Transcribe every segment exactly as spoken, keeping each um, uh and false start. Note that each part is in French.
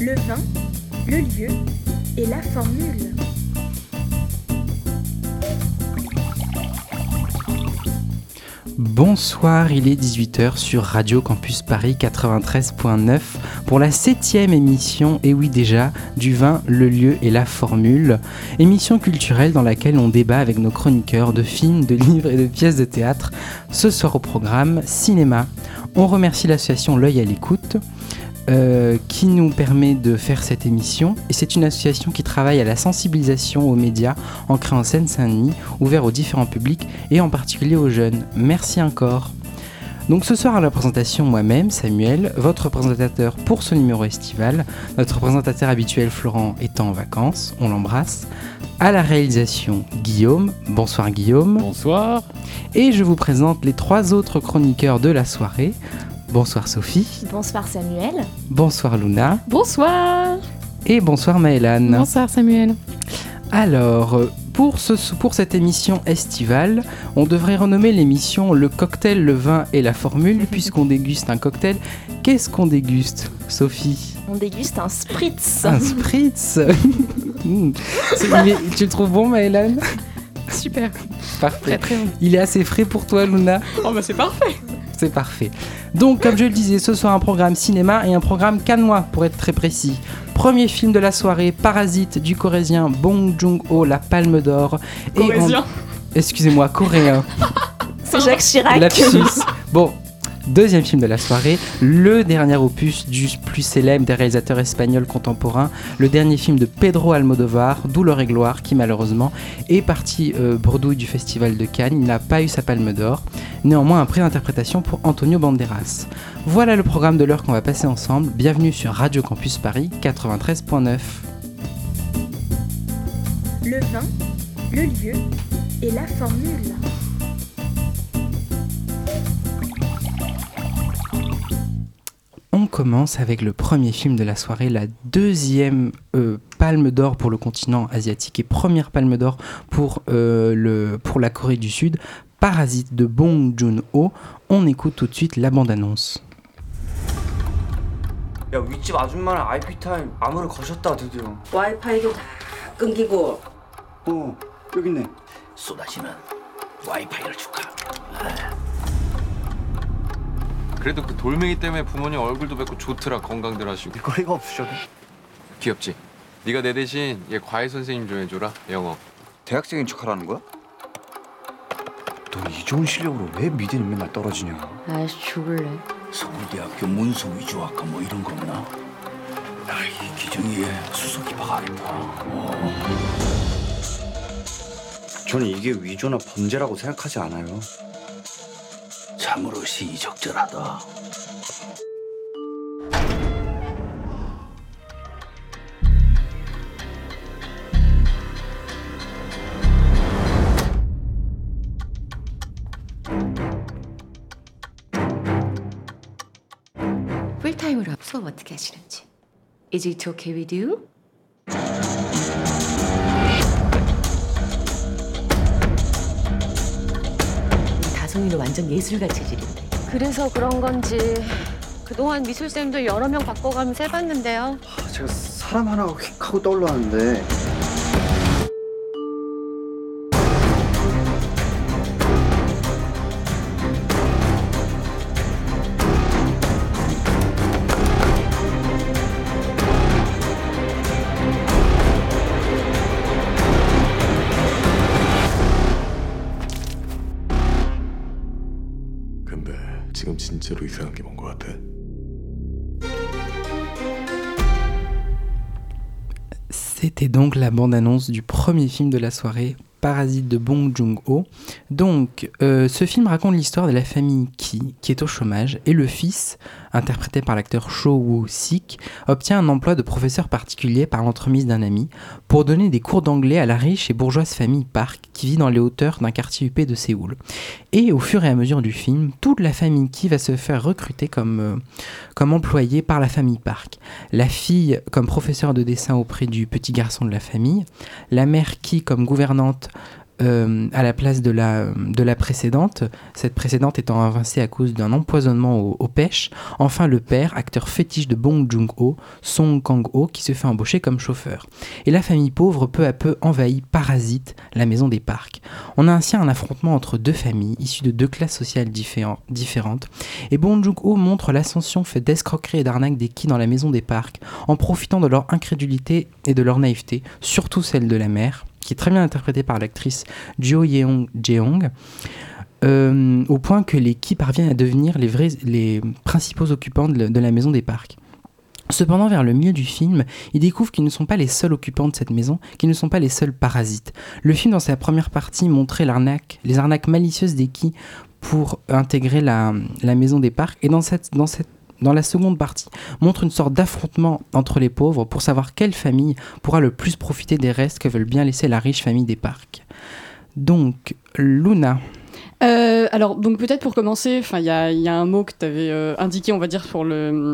le vin, le lieu et la formule. Bonsoir, il est dix-huit heures sur Radio Campus Paris quatre-vingt-treize neuf pour la septième émission, et oui déjà, du vin, le lieu et la formule. Émission culturelle dans laquelle on débat avec nos chroniqueurs de films, de livres et de pièces de théâtre. Ce soir au programme, cinéma. On remercie l'association L'œil à l'écoute euh, qui nous permet de faire cette émission. Et c'est une association qui travaille à la sensibilisation aux médias en créant Seine-Saint-Denis, ouvert aux différents publics et en particulier aux jeunes. Merci encore. Donc ce soir à la présentation, moi-même, Samuel, votre présentateur pour ce numéro estival. Notre présentateur habituel, Florent, étant en vacances, on l'embrasse. À la réalisation, Guillaume. Bonsoir Guillaume. Bonsoir. Et je vous présente les trois autres chroniqueurs de la soirée. Bonsoir Sophie. Bonsoir Samuel. Bonsoir Luna. Bonsoir. Et bonsoir Maëlane. Bonsoir Samuel. Alors, pour, ce, pour cette émission estivale, on devrait renommer l'émission Le cocktail, le vin et la formule, puisqu'on déguste un cocktail. Qu'est-ce qu'on déguste, Sophie ? On déguste un spritz. Un spritz. mmh. est, Tu le trouves bon, Maëlane ? Super. Parfait. Très, très bon. Il est assez frais pour toi, Luna ? Oh bah c'est parfait. C'est parfait. Donc, comme je le disais, ce soir un programme cinéma et un programme cannois, pour être très précis. Premier film de la soirée, Parasite, du coréen Bong Joon-ho, la Palme d'Or. Corésien. En... Excusez-moi, coréen. C'est Jacques Chirac. Lapsus. Bon, deuxième film de la soirée, le dernier opus du plus célèbre des réalisateurs espagnols contemporains, le dernier film de Pedro Almodóvar, Douleur et gloire, qui malheureusement est parti euh, bredouille du festival de Cannes. Il n'a pas eu sa Palme d'Or. Néanmoins, un prix d'interprétation pour Antonio Banderas. Voilà le programme de l'heure qu'on va passer ensemble. Bienvenue sur Radio Campus Paris quatre-vingt-treize neuf. Le vin, le lieu et la formule. On commence avec le premier film de la soirée, la deuxième euh, Palme d'Or pour le continent asiatique et première Palme d'Or pour, euh, le, pour la Corée du Sud, Parasite de Bong Joon-ho. On écoute tout de suite la bande-annonce. 야 윗집 아줌마랑 아이피 타임 암호를 거셨다 드디어. 와이파이도 다 끊기고. 어 여기 있네. 쏟아지는 와이파이를 줄까? 그래도 그 돌멩이 때문에 부모님 얼굴도 뵙고 좋더라. 건강들 하시고. 거리가 없으셔도. 귀엽지? 네가 내 대신 얘 과외 선생님 좀 해줘라. 영어. 대학생인 척하라는 거야? 너 이 좋은 실력으로 왜 미대는 맨날 떨어지냐? 아이씨 죽을래. 서울대학교 문서 위조학과 뭐 이런 거 없나? 야이 기정이에 수석이 박아야겠다. 어. 저는 이게 위조나 범죄라고 생각하지 않아요. 참으로 시의적절하다. 풀타임으로 수업 어떻게 하시는지. Is it okay with you? 다솜이는 완전 예술가 체질인데. 그래서 그런 건지 그동안 미술쌤도 여러 명 바꿔가면서 해봤는데요. 아, 제가 사람 하나가 휙 하고 떠올랐는데. 근데 지금 진짜로 이상한 게 뭔 것 같아? C'était donc la bande-annonce du premier film de la soirée, Parasite de Bong Joon-ho. Donc, euh, ce film raconte l'histoire de la famille Ki, qui est au chômage, et le fils, interprété par l'acteur Cho Woo-sik, obtient un emploi de professeur particulier par l'entremise d'un ami pour donner des cours d'anglais à la riche et bourgeoise famille Park qui vit dans les hauteurs d'un quartier huppé de Séoul. Et au fur et à mesure du film, toute la famille Ki va se faire recruter comme, euh, comme employée par la famille Park. La fille comme professeure de dessin auprès du petit garçon de la famille, la mère Ki comme gouvernante euh, à la place de la, de la précédente, cette précédente étant avancée à cause d'un empoisonnement aux, aux pêches. Enfin, le père, acteur fétiche de Bong Joon-ho, Song Kang-ho, qui se fait embaucher comme chauffeur. Et la famille pauvre, peu à peu, envahit, parasite la maison des parcs. On a ainsi un affrontement entre deux familles, issues de deux classes sociales différen- différentes. Et Bong Joon-ho montre l'ascension faite d'escroqueries et d'arnaques des Ki dans la maison des parcs, en profitant de leur incrédulité et de leur naïveté, surtout celle de la mère, qui est très bien interprétée par l'actrice Jo Yeong-jeong, euh, au point que les Ki parviennent à devenir les, vrais, les principaux occupants de, de la maison des parcs. Cependant, vers le milieu du film, ils découvrent qu'ils ne sont pas les seuls occupants de cette maison, qu'ils ne sont pas les seuls parasites. Le film, dans sa première partie, montrait l'arnaque, les arnaques malicieuses des Ki pour intégrer la, la maison des parcs, et dans cette, dans cette dans la seconde partie, montre une sorte d'affrontement entre les pauvres pour savoir quelle famille pourra le plus profiter des restes que veulent bien laisser la riche famille des parcs. Donc, Luna. Euh, alors, donc peut-être pour commencer, il y a, y a un mot que tu avais euh, indiqué, on va dire, pour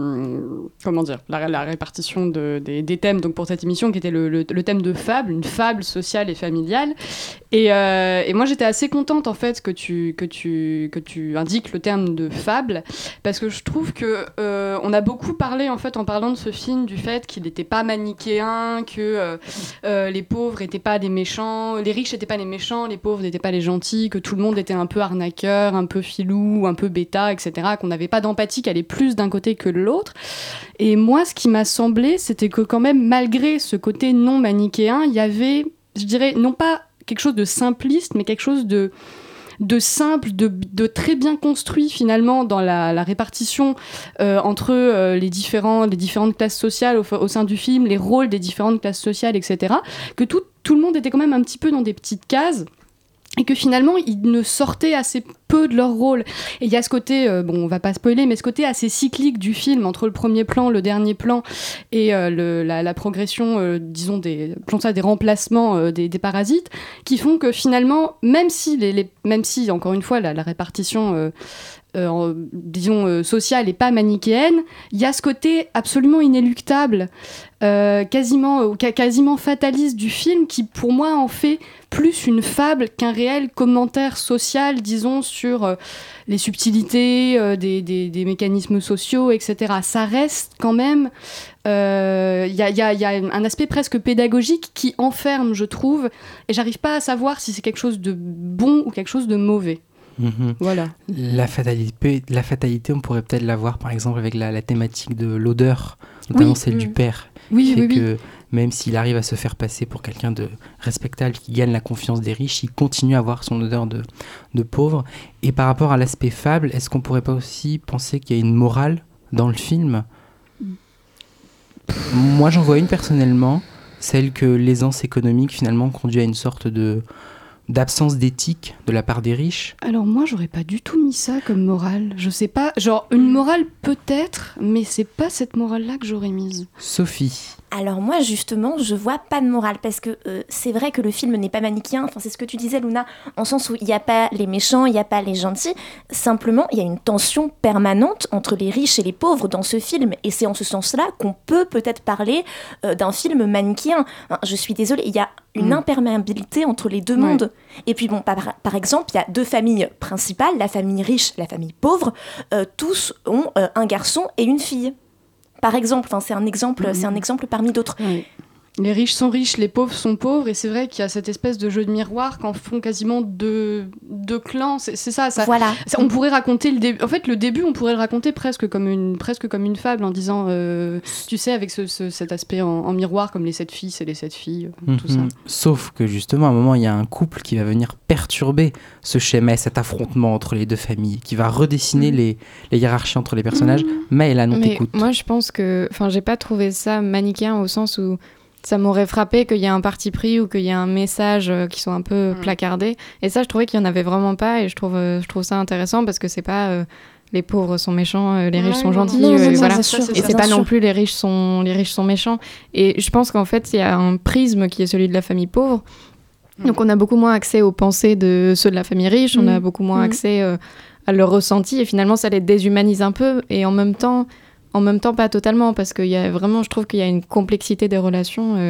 le, comment dire, la, la répartition de, des, des thèmes donc pour cette émission, qui était le, le, le thème de fable, une fable sociale et familiale. Et, euh, et moi, j'étais assez contente, en fait, que tu, que tu, que tu indiques le terme de fable, parce que je trouve que euh, on a beaucoup parlé, en fait, en parlant de ce film, du fait qu'il n'était pas manichéen, que euh, euh, les pauvres n'étaient pas des méchants, les riches n'étaient pas les méchants, les pauvres n'étaient pas les gentils, que tout le monde était un peu arnaqueur, un peu filou, un peu bêta, et cetera, qu'on n'avait pas d'empathie, qu'elle est plus d'un côté que de l'autre. Et moi, ce qui m'a semblé, c'était que quand même, malgré ce côté non manichéen, il y avait, je dirais, non pas quelque chose de simpliste, mais quelque chose de, de simple, de, de très bien construit finalement dans la, la répartition euh, entre euh, les, différents, les différentes classes sociales au, au sein du film, les rôles des différentes classes sociales, et cetera, que tout, tout le monde était quand même un petit peu dans des petites cases. Et que finalement, ils ne sortaient assez peu de leur rôle. Et il y a ce côté, euh, bon, on va pas spoiler, mais ce côté assez cyclique du film, entre le premier plan, le dernier plan, et euh, le, la, la progression, euh, disons, des, ça, des remplacements euh, des, des parasites, qui font que finalement, même si, les, les, même si encore une fois, la, la répartition... Euh, Euh, disons euh, sociale et pas manichéenne, il y a ce côté absolument inéluctable, euh, quasiment, euh, ca- quasiment fataliste du film, qui pour moi en fait plus une fable qu'un réel commentaire social, disons, sur euh, les subtilités euh, des, des, des mécanismes sociaux, et cetera. Ça reste quand même... Il euh, y, y, y a un aspect presque pédagogique qui enferme, je trouve, et j'arrive pas à savoir si c'est quelque chose de bon ou quelque chose de mauvais. Mmh. Voilà. La fatalité, la fatalité, on pourrait peut-être la voir par exemple avec la, la thématique de l'odeur, notamment oui. celle mmh. du père. Oui, qui oui, fait oui. que même s'il arrive à se faire passer pour quelqu'un de respectable, qui gagne la confiance des riches, il continue à avoir son odeur de, de pauvre. Et par rapport à l'aspect fable, est-ce qu'on pourrait pas aussi penser qu'il y a une morale dans le film ? Moi, j'en vois une personnellement, celle que l'aisance économique finalement conduit à une sorte de... d'absence d'éthique de la part des riches. Alors moi, j'aurais pas du tout mis ça comme morale. Je sais pas, genre une morale peut-être, mais c'est pas cette morale-là que j'aurais mise. Sophie. Alors moi, justement, je vois pas de morale, parce que euh, c'est vrai que le film n'est pas manichéen, enfin c'est ce que tu disais, Luna, en sens où il n'y a pas les méchants, il n'y a pas les gentils, simplement il y a une tension permanente entre les riches et les pauvres dans ce film, et c'est en ce sens-là qu'on peut peut-être parler euh, d'un film manichéen. Enfin, je suis désolée, il y a une mmh. imperméabilité entre les deux ouais. mondes. Et puis bon, par, par exemple, il y a deux familles principales, la famille riche, la famille pauvre, euh, tous ont euh, un garçon et une fille. Par exemple, enfin, c'est un exemple, mmh. c'est un exemple parmi d'autres. Oui. Les riches sont riches, les pauvres sont pauvres, et c'est vrai qu'il y a cette espèce de jeu de miroir qu'en font quasiment deux, deux clans. C'est, c'est ça, ça, voilà. ça. On pourrait raconter le début. En fait, le début, on pourrait le raconter presque comme une, presque comme une fable, en disant, euh, tu sais, avec ce, ce, cet aspect en, en miroir, comme les sept filles, c'est les sept filles, mmh, tout ça. Sauf que justement, à un moment, il y a un couple qui va venir perturber ce schéma, cet affrontement entre les deux familles, qui va redessiner mmh. les, les hiérarchies entre les personnages. Mmh. Mais là, non, t'écoute. Moi, je pense que, enfin, j'ai pas trouvé ça manichéen au sens où ça m'aurait frappé qu'il y ait un parti pris ou qu'il y ait un message euh, qui soit un peu mmh. placardé. Et ça, je trouvais qu'il n'y en avait vraiment pas. Et je trouve, euh, je trouve ça intéressant parce que c'est pas euh, les pauvres sont méchants, euh, les riches ouais, sont gentils. Non, non, euh, non, voilà. c'est sûr, c'est et c'est pas sûr. non plus les riches, sont, les riches sont méchants. Et je pense qu'en fait, il y a un prisme qui est celui de la famille pauvre. Mmh. Donc on a beaucoup moins accès aux pensées de ceux de la famille riche. Mmh. On a beaucoup moins mmh. accès euh, à leur ressenti. Et finalement, ça les déshumanise un peu. Et en même temps, en même temps pas totalement. Parce qu'il y a vraiment, je trouve qu'il y a une complexité des relations... Euh,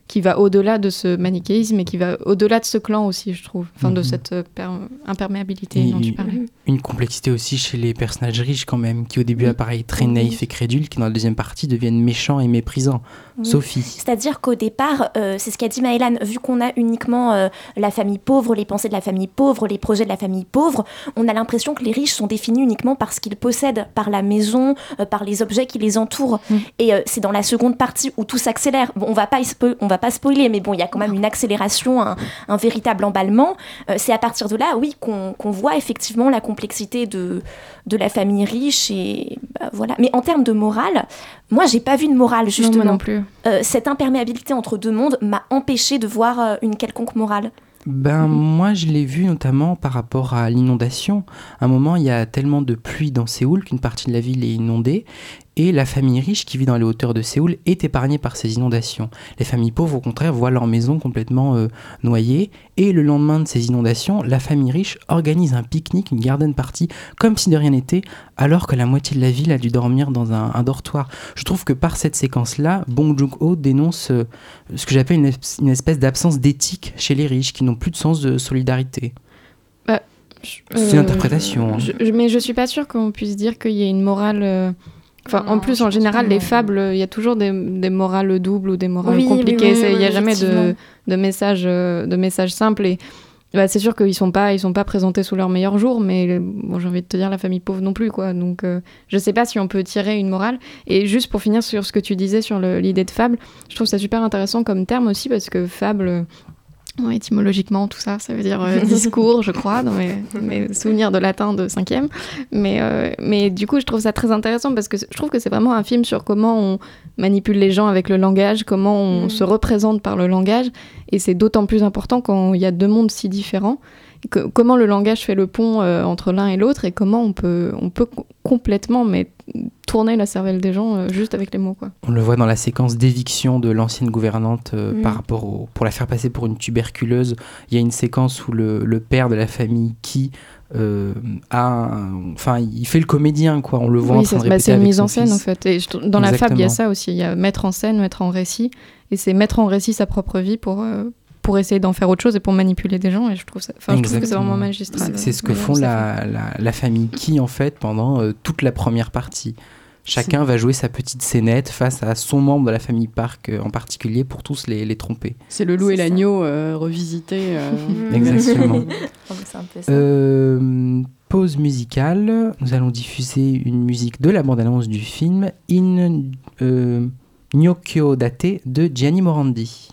qui va au-delà de ce manichéisme et qui va au-delà de ce clan aussi, je trouve. Enfin, mm-hmm. de cette euh, per- imperméabilité et dont tu parlais. Une complexité aussi chez les personnages riches quand même, qui au début oui. apparaissent très naïfs et crédules, qui dans la deuxième partie deviennent méchants et méprisants. Oui. Sophie. C'est-à-dire qu'au départ, euh, c'est ce qu'a dit Maëlan, vu qu'on a uniquement euh, la famille pauvre, les pensées de la famille pauvre, les projets de la famille pauvre, on a l'impression que les riches sont définis uniquement par ce qu'ils possèdent, par la maison, euh, par les objets qui les entourent. Mm. Et euh, c'est dans la seconde partie où tout s'accélère. Bon, on va pas spo- on va pas spoiler, mais bon, il y a quand même une accélération, un, un véritable emballement. Euh, c'est à partir de là, oui, qu'on, qu'on voit effectivement la complexité de, de la famille riche. Et bah, voilà. Mais en termes de morale, moi, j'ai pas vu de morale, justement. Non, moi non plus. Euh, cette imperméabilité entre deux mondes m'a empêché de voir euh, une quelconque morale. Ben, mmh. moi, je l'ai vu notamment par rapport à l'inondation. À un moment, il y a tellement de pluie dans Séoul qu'une partie de la ville est inondée. Et la famille riche qui vit dans les hauteurs de Séoul est épargnée par ces inondations. Les familles pauvres, au contraire, voient leur maison complètement euh, noyée. Et le lendemain de ces inondations, la famille riche organise un pique-nique, une garden party, comme si de rien n'était, alors que la moitié de la ville a dû dormir dans un, un dortoir. Je trouve que par cette séquence-là, Bong Joon-ho dénonce euh, ce que j'appelle une, une espèce d'absence d'éthique chez les riches, qui n'ont plus de sens de solidarité. Bah, je, C'est une euh, interprétation. Je, je, mais je suis pas sûre qu'on puisse dire qu'il y ait une morale... Euh... Enfin, non, en plus, en général, les fables, il y a toujours des, des morales doubles ou des morales oui, compliquées. Oui, oui, il n'y a oui, jamais de, de, messages, de messages simples. Et bah, c'est sûr qu'ils ne sont pas, ils sont pas présentés sous leur meilleur jour, mais bon, j'ai envie de te dire, la famille pauvre non plus, quoi. Donc, euh, je ne sais pas si on peut tirer une morale. Et juste pour finir sur ce que tu disais sur le, l'idée de fable, je trouve ça super intéressant comme terme aussi, parce que fable... Bon, étymologiquement, tout ça, ça veut dire euh, discours, je crois, dans mes, mes souvenirs de latin de cinquième. Mais, euh, mais du coup, je trouve ça très intéressant parce que je trouve que c'est vraiment un film sur comment on manipule les gens avec le langage, comment on mmh. se représente par le langage. Et c'est d'autant plus important quand il y a deux mondes si différents. Que, comment le langage fait le pont euh, entre l'un et l'autre et comment on peut, on peut complètement mais, tourner la cervelle des gens euh, juste avec les mots, quoi. On le voit dans la séquence d'éviction de l'ancienne gouvernante euh, mmh. par rapport au, pour la faire passer pour une tuberculeuse. Il y a une séquence où le, le père de la famille qui euh, a, enfin, il fait le comédien, quoi. On le voit oui, en train de bah, répéter c'est une avec mise son en scène fils. en fait. Et je, dans Exactement. La fable, il y a ça aussi. Il y a mettre en scène, mettre en récit, et c'est mettre en récit sa propre vie pour euh, pour essayer d'en faire autre chose et pour manipuler des gens. Et je trouve ça, enfin, je trouve que c'est vraiment magistral. C'est, c'est ce que font la, la, la famille Ki en fait pendant euh, toute la première partie. Chacun c'est... va jouer sa petite scénette face à son membre de la famille Park euh, en particulier pour tous les, les tromper. C'est le loup c'est et l'agneau euh, revisité. Euh... Exactement. c'est un peu ça. Euh, pause musicale. Nous allons diffuser une musique de la bande-annonce du film In euh, Gnocchio Date de Gianni Morandi.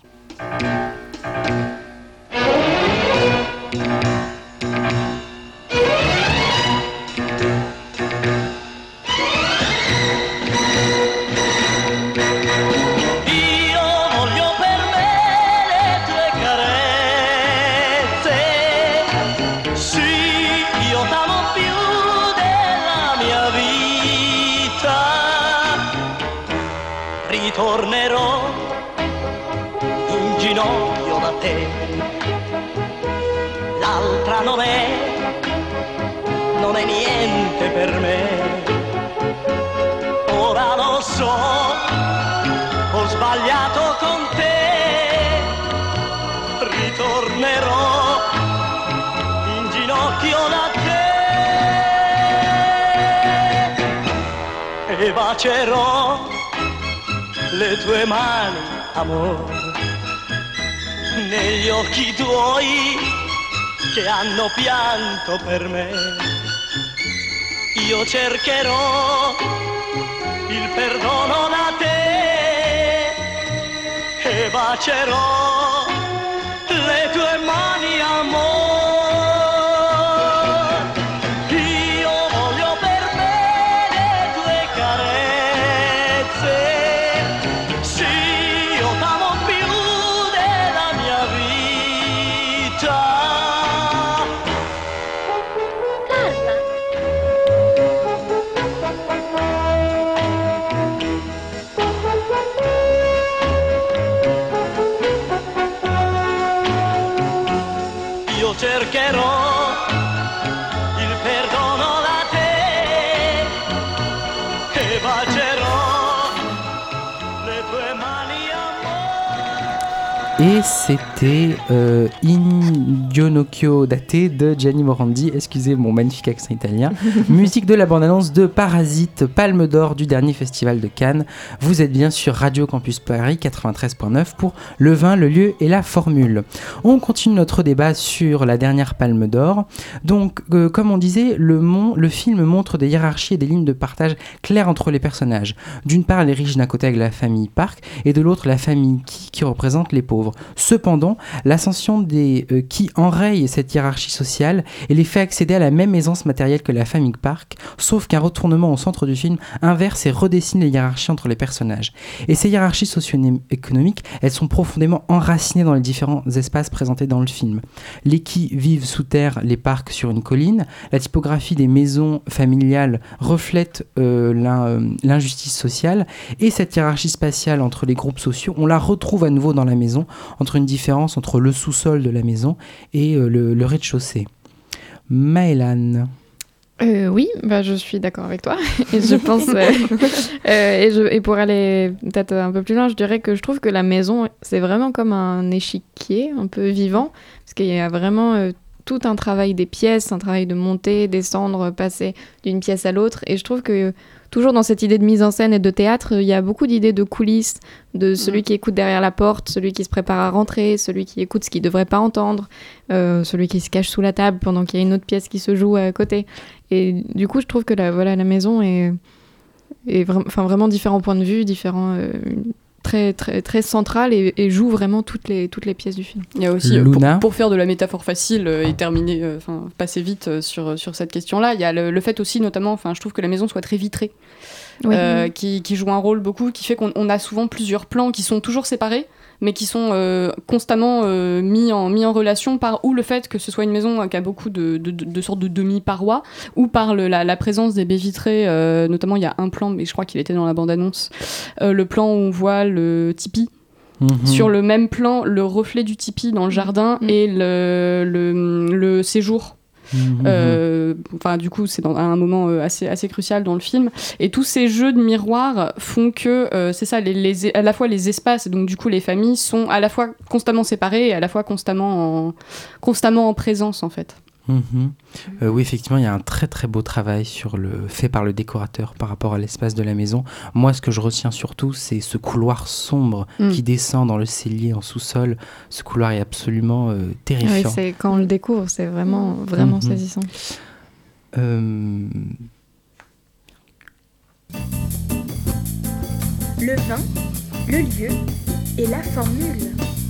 Ritornerò in ginocchio da te, l'altra non è, non è niente per me. Ora lo so, ho sbagliato con te, ritornerò in ginocchio da te e bacerò le tue mani, amore, negli occhi tuoi che hanno pianto per me. Io cercherò il perdono da te e bacerò le tue mani, amore. Et c'était euh, Ingonokyo Date de Gianni Morandi, excusez mon magnifique accent italien. Musique de la bande-annonce de Parasite, Palme d'Or du dernier festival de Cannes. Vous êtes bien sur Radio Campus Paris quatre-vingt-treize neuf pour le vin, le lieu et la formule. On continue notre débat sur la dernière Palme d'Or. Donc, euh, comme on disait, le, mon, le film montre des hiérarchies et des lignes de partage claires entre les personnages. D'une part, les riches d'un côté avec la famille Park et de l'autre, la famille Qui qui représente les pauvres. Cependant, l'ascension des euh, qui enraye cette hiérarchie sociale et les fait accéder à la même aisance matérielle que la famille Park, sauf qu'un retournement au centre du film inverse et redessine les hiérarchies entre les personnages. Et ces hiérarchies socio-économiques, elles sont profondément enracinées dans les différents espaces présentés dans le film. Les qui vivent sous terre, les Park sur une colline. La typographie des maisons familiales reflète euh, l'in, euh, l'injustice sociale, et cette hiérarchie spatiale entre les groupes sociaux, on la retrouve à nouveau dans la maison, entre une différence entre le sous-sol de la maison et euh, le, le rez-de-chaussée. Maëlan. Euh, oui, bah, je suis d'accord avec toi. Et je pense, euh, euh, et, je, et pour aller peut-être un peu plus loin, je dirais que je trouve que la maison, c'est vraiment comme un échiquier un peu vivant, parce qu'il y a vraiment euh, tout un travail des pièces, un travail de monter, descendre, passer d'une pièce à l'autre. Et je trouve que toujours dans cette idée de mise en scène et de théâtre, il y a beaucoup d'idées de coulisses, de celui mmh. qui écoute derrière la porte, celui qui se prépare à rentrer, celui qui écoute ce qu'il ne devrait pas entendre, euh, celui qui se cache sous la table pendant qu'il y a une autre pièce qui se joue à côté. Et du coup, je trouve que la, voilà, la maison est, est vra- enfin, vraiment différents points de vue, différents, euh, très, très, très centrale et, et joue vraiment toutes les, toutes les pièces du film. Il y a aussi, pour, pour faire de la métaphore facile euh, et terminer, enfin euh, passer vite euh, sur, sur cette question-là, il y a le, le fait aussi notamment, enfin je trouve que la maison soit très vitrée, oui. euh, qui, qui joue un rôle beaucoup, qui fait qu'on on a souvent plusieurs plans qui sont toujours séparés, mais qui sont euh, constamment euh, mis, en, mis en relation par ou le fait que ce soit une maison qui a beaucoup de, de, de, de sortes de demi-parois, ou par le, la, la présence des baies vitrées, euh, notamment il y a un plan, mais je crois qu'il était dans la bande-annonce, euh, le plan où on voit le tipi, mmh. sur le même plan, le reflet du tipi dans le jardin mmh. et le, le, le séjour. Mmh. Euh, enfin, du coup, c'est dans, à un moment euh, assez, assez crucial dans le film. Et tous ces jeux de miroirs font que, euh, c'est ça, les, les, à la fois les espaces, donc du coup les familles, sont à la fois constamment séparées et à la fois constamment en, constamment en présence, en fait. Mmh. Euh, oui, effectivement, il y a un très très beau travail sur le, fait par le décorateur par rapport à l'espace de la maison. Moi, ce que je retiens surtout, c'est ce couloir sombre mmh. qui descend dans le cellier en sous-sol. Ce couloir est absolument euh, terrifiant. Oui, c'est, quand on le découvre, c'est vraiment, vraiment mmh. saisissant. Euh... Le vin, le lieu et la formule.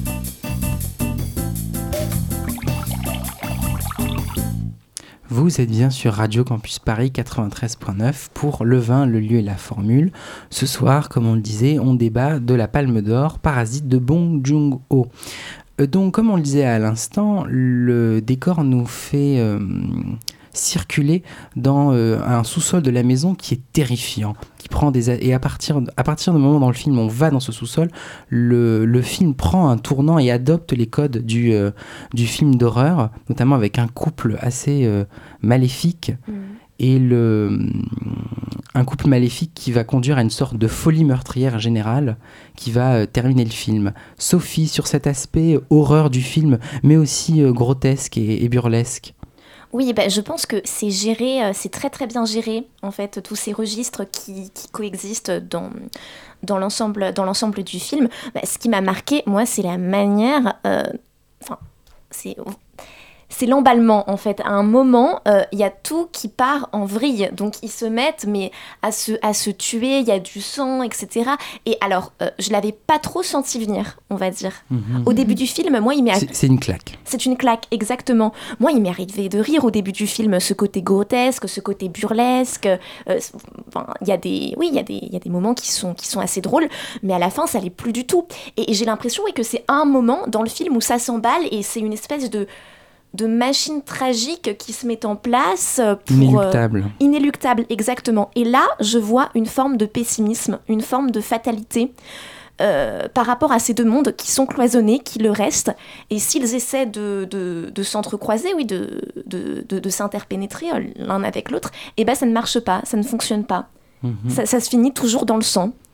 Vous êtes bien sur Radio Campus Paris quatre-vingt-treize neuf pour le vin, le lieu et la formule. Ce soir, comme on le disait, on débat de la Palme d'Or, Parasite de Bong Joon-ho. Euh, donc, comme on le disait à l'instant, le décor nous fait euh, circuler dans euh, un sous-sol de la maison qui est terrifiant, qui prend des a- et à partir à partir du moment dans le film on va dans ce sous-sol, le le film prend un tournant et adopte les codes du euh, du film d'horreur, notamment avec un couple assez euh, maléfique. Mmh. Et le, un couple maléfique qui va conduire à une sorte de folie meurtrière générale qui va euh, terminer le film. Sophie, sur cet aspect horreur du film, mais aussi euh, grotesque et, et burlesque. Oui, bah, je pense que c'est géré, euh, c'est très très bien géré, en fait, tous ces registres qui, qui coexistent dans, dans, l'ensemble, dans l'ensemble du film. Bah, ce qui m'a marqué, moi, c'est la manière... Enfin, euh, c'est... C'est l'emballement, en fait. À un moment, il euh, y a tout qui part en vrille. Donc, ils se mettent mais à, se, à se tuer, il y a du sang, et cetera. Et alors, euh, je ne l'avais pas trop senti venir, on va dire. Mmh. Au début du film, moi, il m'est... C'est, c'est une claque. C'est une claque, exactement. Moi, il m'est arrivé de rire au début du film, ce côté grotesque, ce côté burlesque. Euh, enfin, il y a des... Oui, il y a des, il y a des moments qui sont, qui sont assez drôles, mais à la fin, ça ne l'est plus du tout. Et, et j'ai l'impression oui, que c'est un moment dans le film où ça s'emballe et c'est une espèce de... de machines tragiques qui se mettent en place pour... Inéluctable. Euh, inéluctable, exactement. Et là, je vois une forme de pessimisme, une forme de fatalité euh, par rapport à ces deux mondes qui sont cloisonnés, qui le restent. Et s'ils essaient de, de, de s'entrecroiser, oui, de, de, de, de s'interpénétrer l'un avec l'autre, eh ben, ça ne marche pas, ça ne fonctionne pas. Mm-hmm. Ça, ça se finit toujours dans le sang.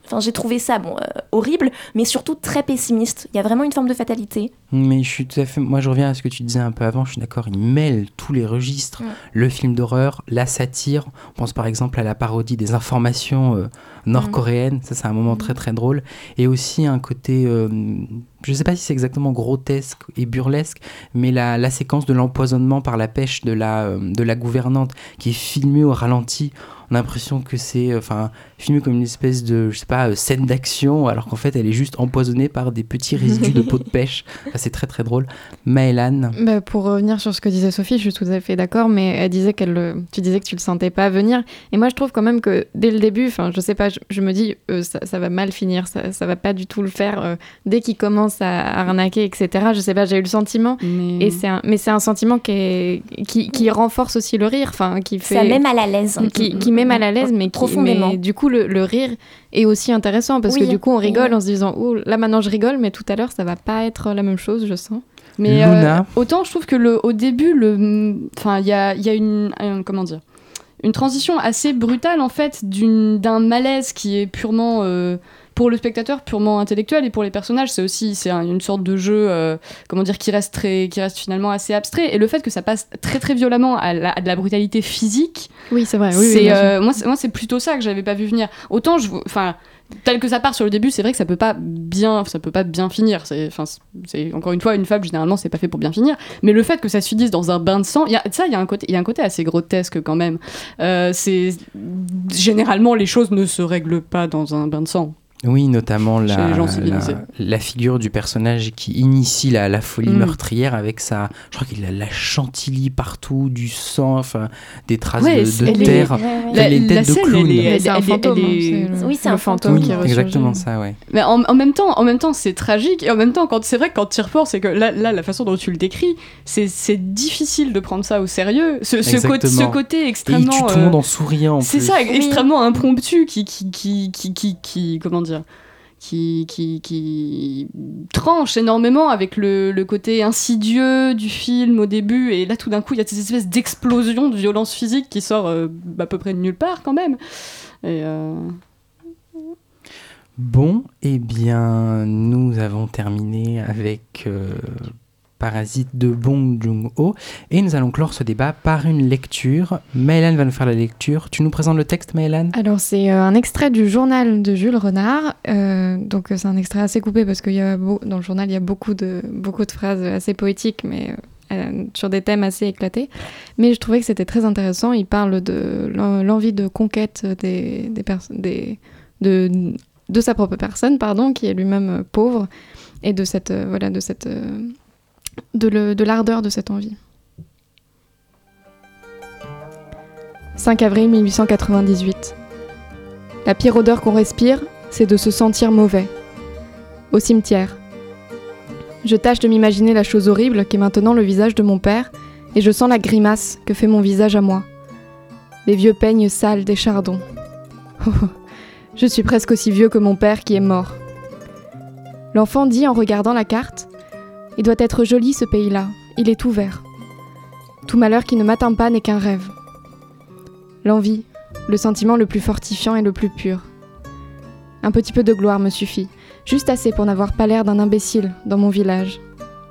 Enfin, j'ai trouvé ça bon, euh, horrible, mais surtout très pessimiste. Il y a vraiment une forme de fatalité. Mais je suis tout à fait... Moi, je reviens à ce que tu disais un peu avant. Je suis d'accord, il mêle tous les registres. Ouais. Le film d'horreur, la satire. On pense par exemple à la parodie des informations euh, nord-coréennes. Mmh. Ça, c'est un moment mmh. très, très drôle. Et aussi un côté... Euh, je ne sais pas si c'est exactement grotesque et burlesque, mais la, la séquence de l'empoisonnement par la pêche de la, euh, de la gouvernante qui est filmée au ralenti. On a l'impression que c'est enfin, filmé comme une espèce de, je sais pas, scène d'action, alors qu'en fait, elle est juste empoisonnée par des petits résidus de peau de pêche. Enfin, c'est très, très drôle. Maëlan. Bah, pour revenir sur ce que disait Sophie, je suis tout à fait d'accord, mais elle disait qu'elle, tu disais que tu le sentais pas venir. Et moi, je trouve quand même que dès le début, enfin, je sais pas, je, je me dis, euh, ça, ça va mal finir, ça, ça va pas du tout le faire. Euh, dès qu'il commence à arnaquer, et cetera, je sais pas, j'ai eu le sentiment. Mais, et c'est un, mais c'est un sentiment qui, est, qui, qui renforce aussi le rire, enfin, qui fait... Ça met mal à l'aise. Qui, qui met mal à l'aise, mais, qui, profondément. mais du coup, le, le rire est aussi intéressant, parce oui, que du coup, on rigole oui. en se disant, oh, là maintenant je rigole, mais tout à l'heure, ça va pas être la même chose, je sens. Mais euh, autant je trouve que le, au début, le, enfin, il y a, y a une, un, comment dire, une transition assez brutale en fait d'une, d'un malaise qui est purement euh, pour le spectateur purement intellectuel, et pour les personnages c'est aussi c'est un, une sorte de jeu euh, comment dire qui reste très qui reste finalement assez abstrait, et le fait que ça passe très très violemment à, la, à de la brutalité physique. Oui, c'est vrai. Oui, c'est oui, euh, moi c'est, moi c'est plutôt ça que j'avais pas vu venir. Autant je enfin tel que ça part sur le début, c'est vrai que ça peut pas bien, ça peut pas bien finir. C'est, enfin, c'est encore une fois une fable. Généralement, c'est pas fait pour bien finir. Mais le fait que ça se finisse dans un bain de sang, y a, ça, il y a un côté, il y a un côté assez grotesque quand même. Euh, c'est généralement les choses ne se règlent pas dans un bain de sang. Oui, notamment la, la, la figure du personnage qui initie la, la folie mmh. meurtrière avec sa... Je crois qu'il a la chantilly partout, du sang, enfin, des traces ouais, de, de terre. Est, ouais, ouais. Les têtes de clown. C'est un fantôme. Elle est... hein, c'est le... Oui, c'est un fantôme oui, qui est exactement ça, ouais. Mais en, en, même temps, en même temps, c'est tragique. Et en même temps, quand, c'est vrai que quand tu y repenses, c'est que là, là, la façon dont tu le décris, c'est, c'est difficile de prendre ça au sérieux. Ce, ce, côté, ce côté extrêmement... Et il tue tout le monde en souriant. En c'est plus. ça, extrêmement impromptu qui, qui, qui, qui, qui, qui... Comment dire Qui, qui, qui tranche énormément avec le, le côté insidieux du film au début, et là tout d'un coup il y a cette espèce d'explosion de violence physique qui sort euh, à peu près de nulle part quand même. Et euh... Bon, eh bien nous avons terminé avec euh, Parasite de Bong Joon-ho, et nous allons clore ce débat par une lecture. Maëlan va nous faire la lecture. Tu nous présentes le texte, Maëlan ? Alors c'est euh, un extrait du journal de Jules Renard, euh, donc euh, c'est un extrait assez coupé parce que y a beau, dans le journal il y a beaucoup de, beaucoup de phrases assez poétiques, mais euh, sur des thèmes assez éclatés. Mais je trouvais que c'était très intéressant. Il parle de l'envie de conquête des, des pers- des, de, de sa propre personne, pardon, qui est lui-même pauvre, et de cette, euh, voilà, de cette... Euh, De, le, de l'ardeur de cette envie. cinq avril mille huit cent quatre-vingt-dix-huit. La pire odeur qu'on respire, c'est de se sentir mauvais. Au cimetière. Je tâche de m'imaginer la chose horrible qu'est maintenant le visage de mon père, et je sens la grimace que fait mon visage à moi. Les vieux peignes sales des chardons. Je suis presque aussi vieux que mon père qui est mort. L'enfant dit en regardant la carte: il doit être joli ce pays-là, il est tout vert. Tout malheur qui ne m'atteint pas n'est qu'un rêve. L'envie, le sentiment le plus fortifiant et le plus pur. Un petit peu de gloire me suffit, juste assez pour n'avoir pas l'air d'un imbécile dans mon village.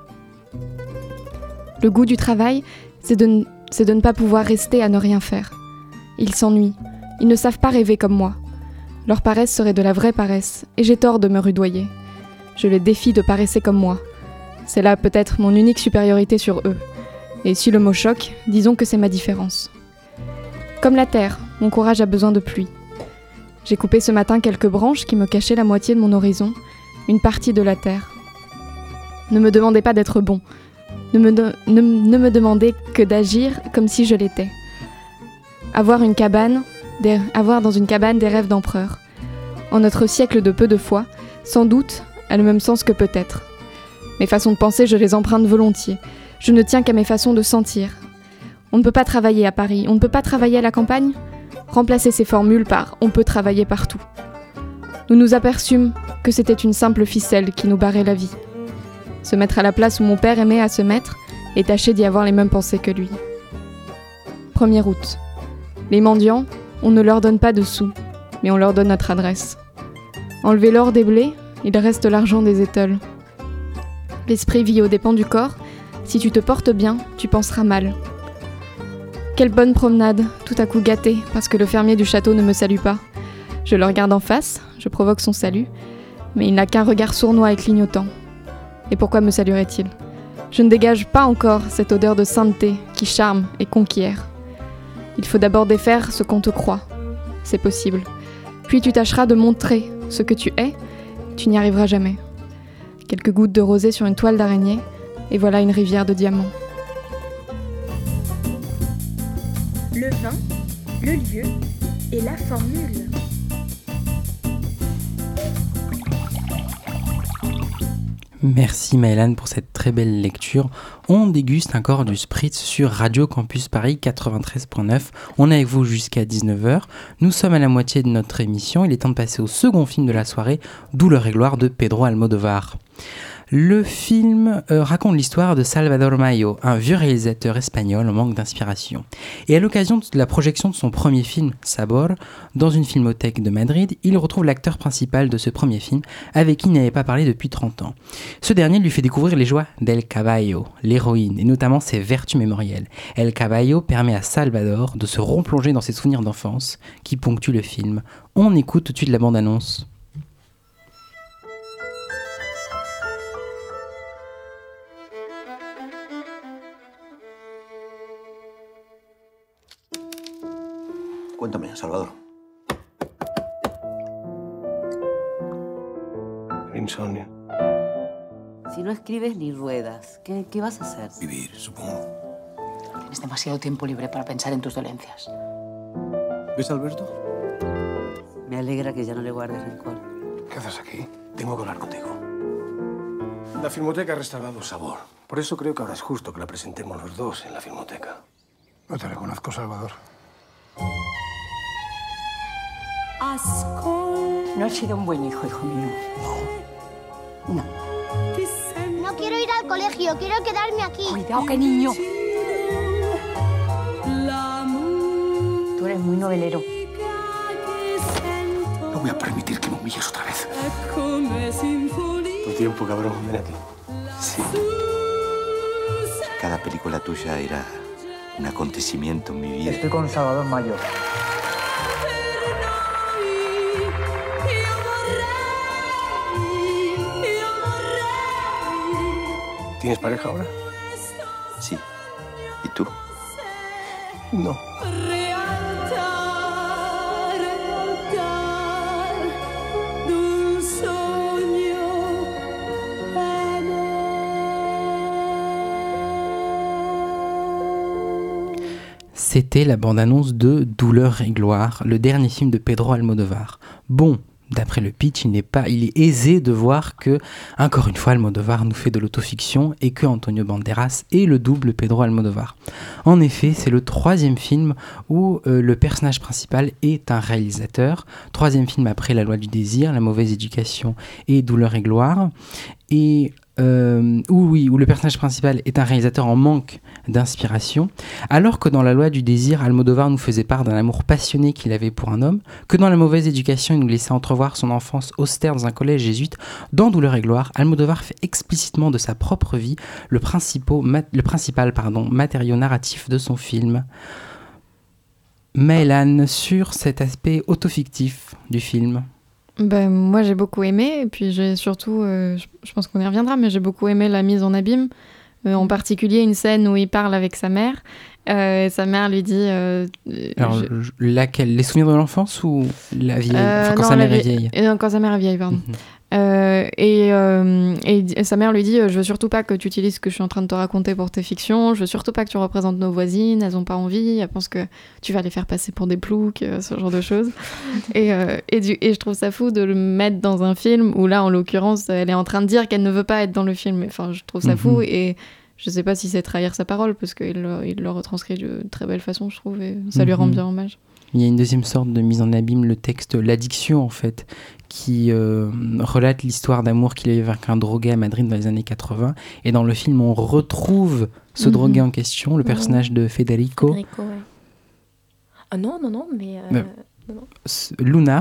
Le goût du travail, c'est de, n- c'est de ne pas pouvoir rester à ne rien faire. Ils s'ennuient, ils ne savent pas rêver comme moi. Leur paresse serait de la vraie paresse, et j'ai tort de me rudoyer. Je les défie de paresser comme moi. C'est là peut-être mon unique supériorité sur eux. Et si le mot choque, disons que c'est ma différence. Comme la terre, mon courage a besoin de pluie. J'ai coupé ce matin quelques branches qui me cachaient la moitié de mon horizon, une partie de la terre. Ne me demandez pas d'être bon. Ne me, de- ne, ne me demandez que d'agir comme si je l'étais. Avoir une cabane, des, avoir dans une cabane des rêves d'empereur. En notre siècle de peu de foi, sans doute a le même sens que peut-être. Mes façons de penser, je les emprunte volontiers. Je ne tiens qu'à mes façons de sentir. On ne peut pas travailler à Paris, on ne peut pas travailler à la campagne. Remplacez ces formules par « on peut travailler partout ». Nous nous aperçûmes que c'était une simple ficelle qui nous barrait la vie. Se mettre à la place où mon père aimait à se mettre et tâcher d'y avoir les mêmes pensées que lui. premier août. Les mendiants, on ne leur donne pas de sous, mais on leur donne notre adresse. Enlever l'or des blés, il reste l'argent des étoiles. L'esprit vit aux dépens du corps. Si tu te portes bien, tu penseras mal. Quelle bonne promenade, tout à coup gâtée, parce que le fermier du château ne me salue pas. Je le regarde en face, je provoque son salut, mais il n'a qu'un regard sournois et clignotant. Et pourquoi me saluerait-il ? Je ne dégage pas encore cette odeur de sainteté qui charme et conquiert. Il faut d'abord défaire ce qu'on te croit. C'est possible. Puis tu tâcheras de montrer ce que tu es, tu n'y arriveras jamais. Quelques gouttes de rosée sur une toile d'araignée, et voilà une rivière de diamants. Le vin, le lieu et la formule. Merci Maëlan pour cette très belle lecture. On déguste encore du Spritz sur Radio Campus Paris quatre-vingt-treize neuf. On est avec vous jusqu'à dix-neuf heures. Nous sommes à la moitié de notre émission. Il est temps de passer au second film de la soirée, Douleur et gloire de Pedro Almodóvar. Le film euh, raconte l'histoire de Salvador Mayo, un vieux réalisateur espagnol en manque d'inspiration. Et à l'occasion de la projection de son premier film, Sabor, dans une filmothèque de Madrid, il retrouve l'acteur principal de ce premier film, avec qui il n'avait pas parlé depuis trente ans. Ce dernier lui fait découvrir les joies d'El Caballo, l'héroïne, et notamment ses vertus mémorielles. El Caballo permet à Salvador de se replonger dans ses souvenirs d'enfance qui ponctuent le film. On écoute tout de suite la bande-annonce. Cuéntame, Salvador. Insomnio. Si no escribes ni ruedas, ¿qué, qué vas a hacer? Vivir, supongo. Tienes demasiado tiempo libre para pensar en tus dolencias. ¿Ves a Alberto? Me alegra que ya no le guardes rencor. ¿Qué haces aquí? Tengo que hablar contigo. La Filmoteca ha restaurado Sabor. Por eso creo que ahora es justo que la presentemos los dos en la Filmoteca. No te reconozco, Salvador. No has sido un buen hijo, hijo mío. No. No. No quiero ir al colegio, quiero quedarme aquí. Cuidado, qué niño. Tú eres muy novelero. No voy a permitir que me humilles otra vez. Tu tiempo, cabrón. Ven aquí. Sí. Cada película tuya era un acontecimiento en mi vida. Estoy con Salvador Mayo. ¿Tienes pareja ahora? Sí. ¿Y tú? No. C'était la bande-annonce de Douleur et gloire, le dernier film de Pedro Almodóvar. Bon, d'après le pitch, il n'est pas, il est aisé de voir que, encore une fois, Almodóvar nous fait de l'autofiction et que Antonio Banderas est le double Pedro Almodóvar. En effet, c'est le troisième film où euh, le personnage principal est un réalisateur. Troisième film après La loi du désir, La mauvaise éducation et Douleur et gloire. Et Euh, où, oui, où le personnage principal est un réalisateur en manque d'inspiration, alors que dans La loi du désir, Almodóvar nous faisait part d'un amour passionné qu'il avait pour un homme, que dans La mauvaise éducation, il nous laissait entrevoir son enfance austère dans un collège jésuite. Dans Douleur et gloire, Almodóvar fait explicitement de sa propre vie le, mat- le principal pardon, matériau narratif de son film. Maëlan, sur cet aspect autofictif du film. Ben, moi j'ai beaucoup aimé, et puis j'ai surtout, euh, je, je pense qu'on y reviendra, mais j'ai beaucoup aimé la mise en abîme, euh, en particulier une scène où il parle avec sa mère, euh, et sa mère lui dit... Euh, Alors, je... laquelle ? Les souvenirs de l'enfance ou la vieille euh, enfin, quand non, sa mère vie... est vieille euh, Non, quand sa mère est vieille, pardon. Mm-hmm. Euh, et, euh, et, et sa mère lui dit euh, je veux surtout pas que tu utilises ce que je suis en train de te raconter pour tes fictions, je veux surtout pas que tu représentes nos voisines, elles ont pas envie, elles pensent que tu vas les faire passer pour des ploucs, euh, ce genre de choses. et, euh, et, du, et je trouve ça fou de le mettre dans un film où là en l'occurrence elle est en train de dire qu'elle ne veut pas être dans le film. Enfin, je trouve ça mm-hmm. fou, et je sais pas si c'est trahir sa parole, parce qu'il il le retranscrit de très belle façon, je trouve, et ça mm-hmm. lui rend bien hommage. Il y a une deuxième sorte de mise en abîme, le texte L'Addiction, en fait, qui euh, relate l'histoire d'amour qu'il avait avec un drogué à Madrid dans les années quatre-vingts. Et dans le film, on retrouve ce mm-hmm. drogué en question, le personnage mm-hmm. de Federico. Federico, ouais. Ah non, non, non, mais... Euh, mais non, non. Luna,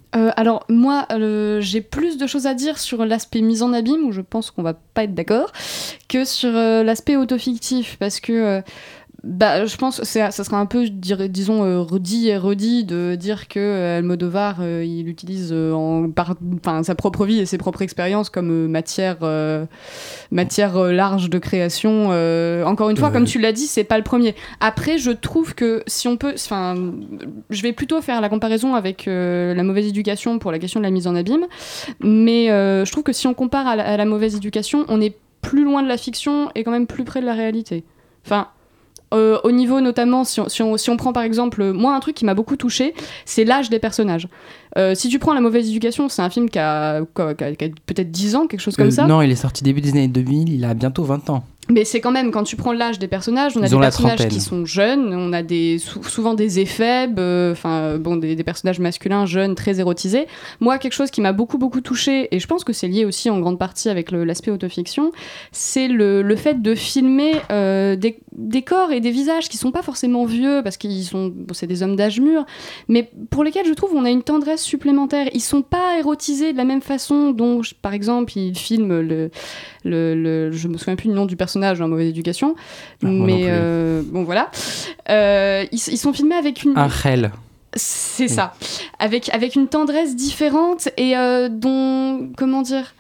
Euh, alors moi, euh, j'ai plus de choses à dire sur l'aspect mise en abîme, où je pense qu'on va pas être d'accord, que sur euh, l'aspect autofictif, parce que euh, bah, je pense que ça sera un peu, dirais, disons, euh, redit et redit de dire que euh, Almodovar, euh, il utilise euh, en, par, sa propre vie et ses propres expériences comme euh, matière, euh, matière euh, large de création. Euh, encore une fois, euh... comme tu l'as dit, c'est pas le premier. Après, je trouve que si on peut... Enfin, je vais plutôt faire la comparaison avec euh, La mauvaise éducation pour la question de la mise en abîme, mais euh, je trouve que si on compare à la, à la mauvaise éducation, on est plus loin de la fiction et quand même plus près de la réalité. Enfin... Euh, au niveau notamment, si on, si, on, si on prend par exemple, moi un truc qui m'a beaucoup touchée, c'est l'âge des personnages. Euh, si tu prends La mauvaise éducation, c'est un film qui a, qui a, qui a peut-être dix ans, quelque chose comme euh, ça. Non, il est sorti début des années deux mille, il a bientôt vingt ans. Mais c'est quand même, quand tu prends l'âge des personnages, on a Ils des personnages qui sont jeunes, on a des, sou- souvent des éphèbes, enfin euh, bon, des, des personnages masculins jeunes, très érotisés. Moi, quelque chose qui m'a beaucoup beaucoup touchée, et je pense que c'est lié aussi en grande partie avec le, l'aspect autofiction, c'est le, le fait de filmer euh, des, des corps et des visages qui sont pas forcément vieux, parce qu'ils sont, bon, c'est des hommes d'âge mûr, mais pour lesquels je trouve on a une tendresse supplémentaire. Ils sont pas érotisés de la même façon dont, par exemple, ils filment le, le, le je me souviens plus du nom du personnage en Mauvaise éducation, ah, mais euh, bon voilà, euh, ils, ils sont filmés avec une Angel. C'est oui. ça, avec avec une tendresse différente et euh, dont comment dire,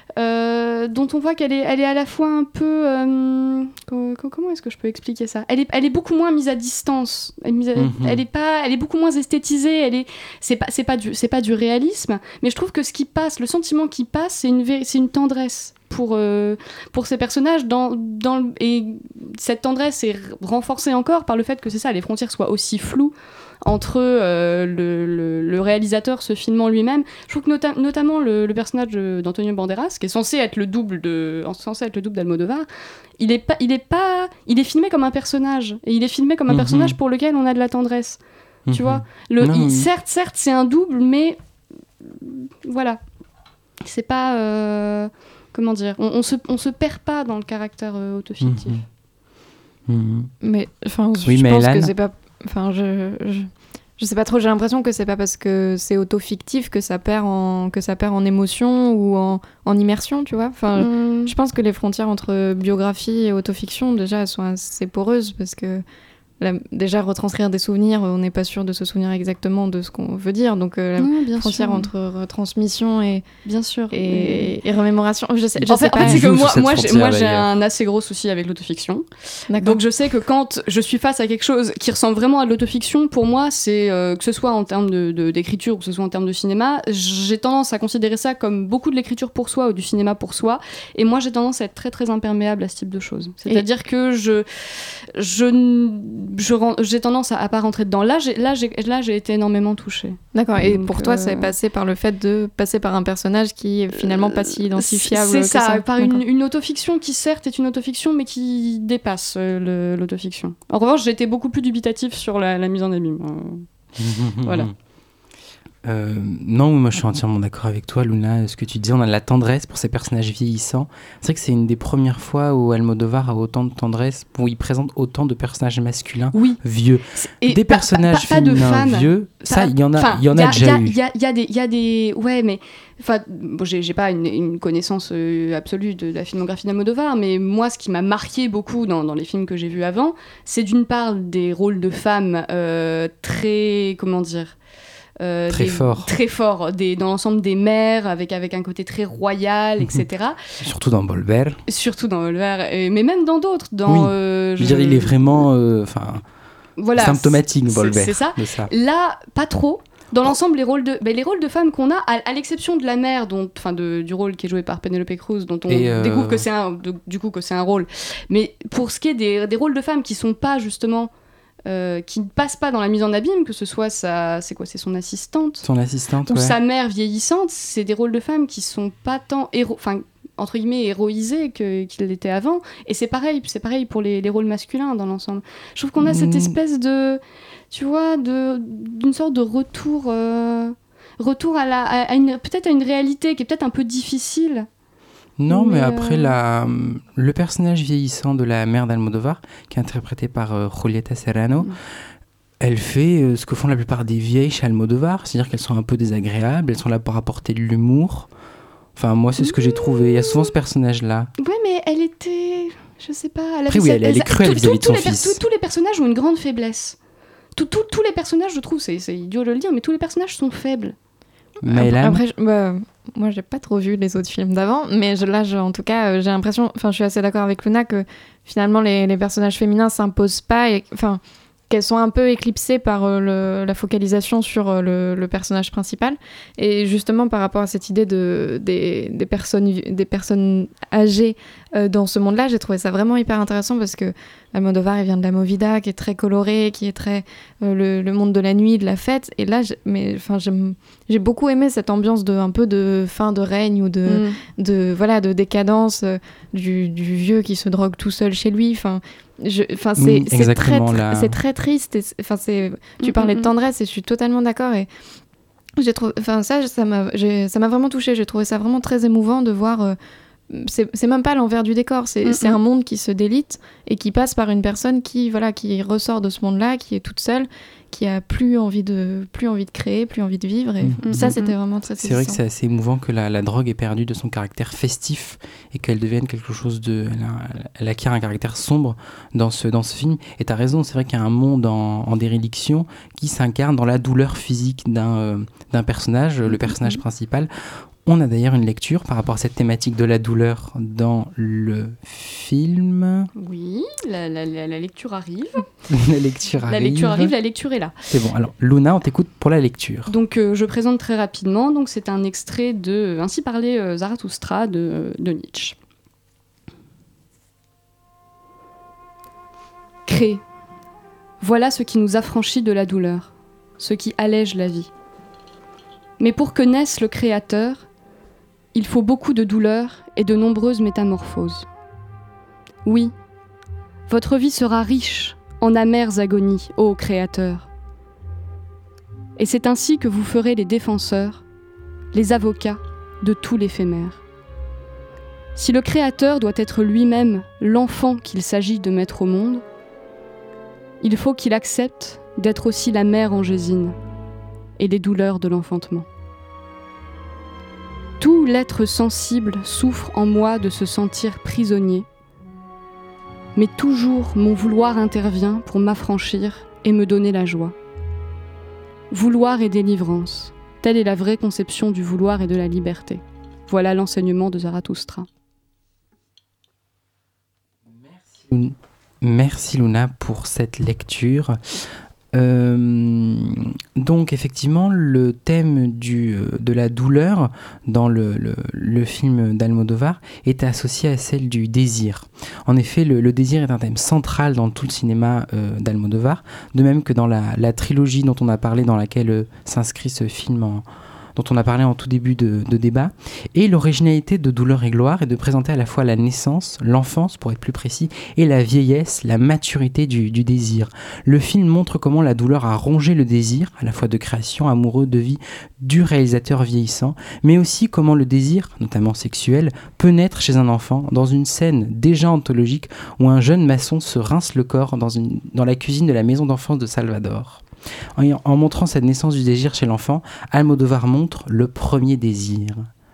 euh, dont on voit qu'elle est elle est à la fois un peu euh, comment est-ce que je peux expliquer ça, elle est elle est beaucoup moins mise à distance, elle, mise à, mm-hmm. elle est pas elle est beaucoup moins esthétisée, elle est c'est pas c'est pas du c'est pas du réalisme, mais je trouve que ce qui passe, le sentiment qui passe, c'est une c'est une tendresse pour, euh, pour ces personnages dans, dans le, et cette tendresse est renforcée encore par le fait que c'est ça, les frontières soient aussi floues entre euh, le, le, le réalisateur se filmant lui-même. Je trouve que nota- notamment le, le personnage d'Antonio Banderas, qui est censé être le double de censé être le double d'Almodovar, il est pas il est pas il est filmé comme un personnage, et il est filmé comme un mm-hmm. personnage pour lequel on a de la tendresse. Mm-hmm. Tu vois, le, non, il, oui. certes certes c'est un double, mais voilà, c'est pas euh, comment dire, on, on, se, on se perd pas dans le caractère euh, autofictif. Mmh. Mmh. Mais enfin, oui, je mais pense Hélène... que c'est pas. Enfin, je, je, je sais pas trop. J'ai l'impression que c'est pas parce que c'est autofictif que ça perd en que ça perd en émotion ou en, en immersion, tu vois. Enfin, mmh. je pense que les frontières entre biographie et autofiction déjà elles sont assez poreuses parce que. La, déjà retranscrire des souvenirs, on n'est pas sûr de se souvenir exactement de ce qu'on veut dire, donc euh, non, la frontière sûr. entre retransmission et bien sûr et, et, et remémoration. Je sais, je en sais fait, pas. En fait, c'est que moi, moi, j'ai, moi, j'ai un assez gros souci avec l'autofiction. D'accord. Donc je sais que quand je suis face à quelque chose qui ressemble vraiment à de l'autofiction, pour moi, c'est euh, que ce soit en termes de, de, d'écriture ou que ce soit en termes de cinéma, j'ai tendance à considérer ça comme beaucoup de l'écriture pour soi ou du cinéma pour soi. Et moi, j'ai tendance à être très très imperméable à ce type de choses. C'est-à-dire et... que je je Je, j'ai tendance à, à pas rentrer dedans. Là j'ai, là, j'ai, là, j'ai été énormément touchée. D'accord. Et donc, pour toi, euh... c'est passé par le fait de passer par un personnage qui est finalement pas si identifiable. C'est que ça, ça. par une, une autofiction qui certes est une autofiction, mais qui dépasse euh, le, l'autofiction. En revanche, j'ai été beaucoup plus dubitative sur la, la mise en abîme. Euh... voilà. Euh, non, moi je suis entièrement d'accord avec toi, Luna. Ce que tu disais, on a de la tendresse pour ces personnages vieillissants. C'est vrai que c'est une des premières fois où Almodovar a autant de tendresse, où il présente autant de personnages masculins oui. vieux. Et des pas, personnages pas, pas, pas féminins vieux, pas, ça, il y en a, il y en a, a déjà eu. Il y a, y, a y a des... Ouais, mais... Enfin, bon, j'ai, j'ai pas une, une connaissance euh, absolue de la filmographie d'Almodovar, mais moi, ce qui m'a marqué beaucoup dans, dans les films que j'ai vus avant, c'est d'une part des rôles de femmes euh, très... Comment dire Euh, très des, fort, très fort des, dans l'ensemble des mères, avec, avec un côté très royal, et cetera. Surtout dans Bolver. Surtout dans Bolver, et, mais même dans d'autres. Dans, oui. euh, je veux dire, il est vraiment euh, voilà, symptomatique, Bolver. C'est, c'est ça. De ça. Là, pas trop. Dans l'ensemble, les rôles de, ben, les rôles de femmes qu'on a, à, à l'exception de la mère, dont, de, du rôle qui est joué par Penelope Cruz, dont on euh... découvre que c'est un, de, du coup que c'est un rôle. Mais pour ce qui est des, des rôles de femmes qui sont pas justement Euh, qui ne passe pas dans la mise en abîme, que ce soit sa, c'est quoi, c'est son assistante, son assistante, ou ouais. sa mère vieillissante, c'est des rôles de femmes qui sont pas tant héros, enfin entre guillemets héroïsés que qu'ils l'étaient avant. Et c'est pareil, c'est pareil pour les, les rôles masculins dans l'ensemble. Je trouve qu'on a cette espèce de, tu vois, de d'une sorte de retour, euh, retour à la, à une, peut-être à une réalité qui est peut-être un peu difficile. Non, mais, mais euh... après, la, le personnage vieillissant de la mère d'Almodovar, qui est interprété par euh, Julieta Serrano, mm. Elle fait euh, ce que font la plupart des vieilles chez Almodovar, c'est-à-dire qu'elles sont un peu désagréables, elles sont là pour apporter de l'humour. Enfin, moi, c'est ce que j'ai trouvé. Il y a souvent ce personnage-là. Ouais, mais elle était... Je sais pas... Elle Après, oui, elle, elle est cruelle vis-à-vis de son fils. Tous les personnages ont une grande faiblesse. Tous les personnages, je trouve, c'est idiot de le dire, mais tous les personnages sont faibles. Maëlan. Après, je, bah, moi, j'ai pas trop vu les autres films d'avant, mais je, là, je, en tout cas, euh, j'ai l'impression... Enfin, je suis assez d'accord avec Luna que, finalement, les, les personnages féminins s'imposent pas et... Enfin... qu'elles sont un peu éclipsées par euh, le, la focalisation sur euh, le, le personnage principal. Et justement, par rapport à cette idée de, des, des, personnes, des personnes âgées euh, dans ce monde-là, j'ai trouvé ça vraiment hyper intéressant parce que Almodovar, il vient de la Movida, qui est très colorée, qui est très euh, le, le monde de la nuit, de la fête. Et là, j'ai, mais, j'ai beaucoup aimé cette ambiance de, un peu de fin de règne ou de, mm. de, voilà, de décadence euh, du, du vieux qui se drogue tout seul chez lui. Enfin, Je, c'est, oui, c'est, très, la... c'est très triste. Et c'est, c'est, tu parlais mm-hmm. de tendresse et je suis totalement d'accord. Et j'ai trouvé, ça, ça m'a, j'ai, ça m'a vraiment touchée. J'ai trouvé ça vraiment très émouvant de voir. Euh, c'est, c'est même pas l'envers du décor. C'est, mm-hmm. c'est un monde qui se délite et qui passe par une personne qui, voilà, qui ressort de ce monde-là, qui est toute seule, qui a plus envie de, plus envie de créer, plus envie de vivre. Et mm-hmm. ça, c'était vraiment très saisissant. C'est vrai que c'est assez émouvant que la, la drogue ait perdu de son caractère festif et qu'elle devienne quelque chose de... Elle, a, elle acquiert un caractère sombre dans ce, dans ce film. Et t'as raison, c'est vrai qu'il y a un monde en, en déréliction qui s'incarne dans la douleur physique d'un, euh, d'un personnage, mm-hmm. le personnage principal. On a d'ailleurs une lecture par rapport à cette thématique de la douleur dans le film. Oui, la, la, la, la lecture arrive. la lecture arrive. La lecture arrive, la lecture est là. C'est bon. Alors, Luna, on t'écoute pour la lecture. Donc, euh, je présente très rapidement. Donc, c'est un extrait de Ainsi parlait euh, Zarathustra de, de Nietzsche. Crée. Voilà ce qui nous affranchit de la douleur, ce qui allège la vie. Mais pour que naisse le Créateur, il faut beaucoup de douleur et de nombreuses métamorphoses. Oui, votre vie sera riche en amères agonies, ô Créateur. Et c'est ainsi que vous ferez les défenseurs, les avocats de tout l'éphémère. Si le Créateur doit être lui-même l'enfant qu'il s'agit de mettre au monde, il faut qu'il accepte d'être aussi la mère angésine et les douleurs de l'enfantement. Tout l'être sensible souffre en moi de se sentir prisonnier, mais toujours mon vouloir intervient pour m'affranchir et me donner la joie. Vouloir et délivrance, telle est la vraie conception du vouloir et de la liberté. Voilà l'enseignement de Zarathustra. Merci, Merci Luna pour cette lecture. Euh, donc effectivement le thème du, de la douleur dans le, le, le film d'Almodovar est associé à celle du désir. En effet, le, le désir est un thème central dans tout le cinéma euh, d'Almodovar, de même que dans la, la trilogie dont on a parlé, dans laquelle euh, s'inscrit ce film en dont on a parlé en tout début de, de débat. Et l'originalité de Douleur et Gloire est de présenter à la fois la naissance, l'enfance pour être plus précis, et la vieillesse, la maturité du, du désir. Le film montre comment la douleur a rongé le désir, à la fois de création, amoureux, de vie, du réalisateur vieillissant, mais aussi comment le désir, notamment sexuel, peut naître chez un enfant dans une scène déjà anthologique où un jeune maçon se rince le corps dans, une, dans la cuisine de la maison d'enfance de Salvador. En, en montrant cette naissance du désir chez l'enfant, Almodovar montre le premier désir.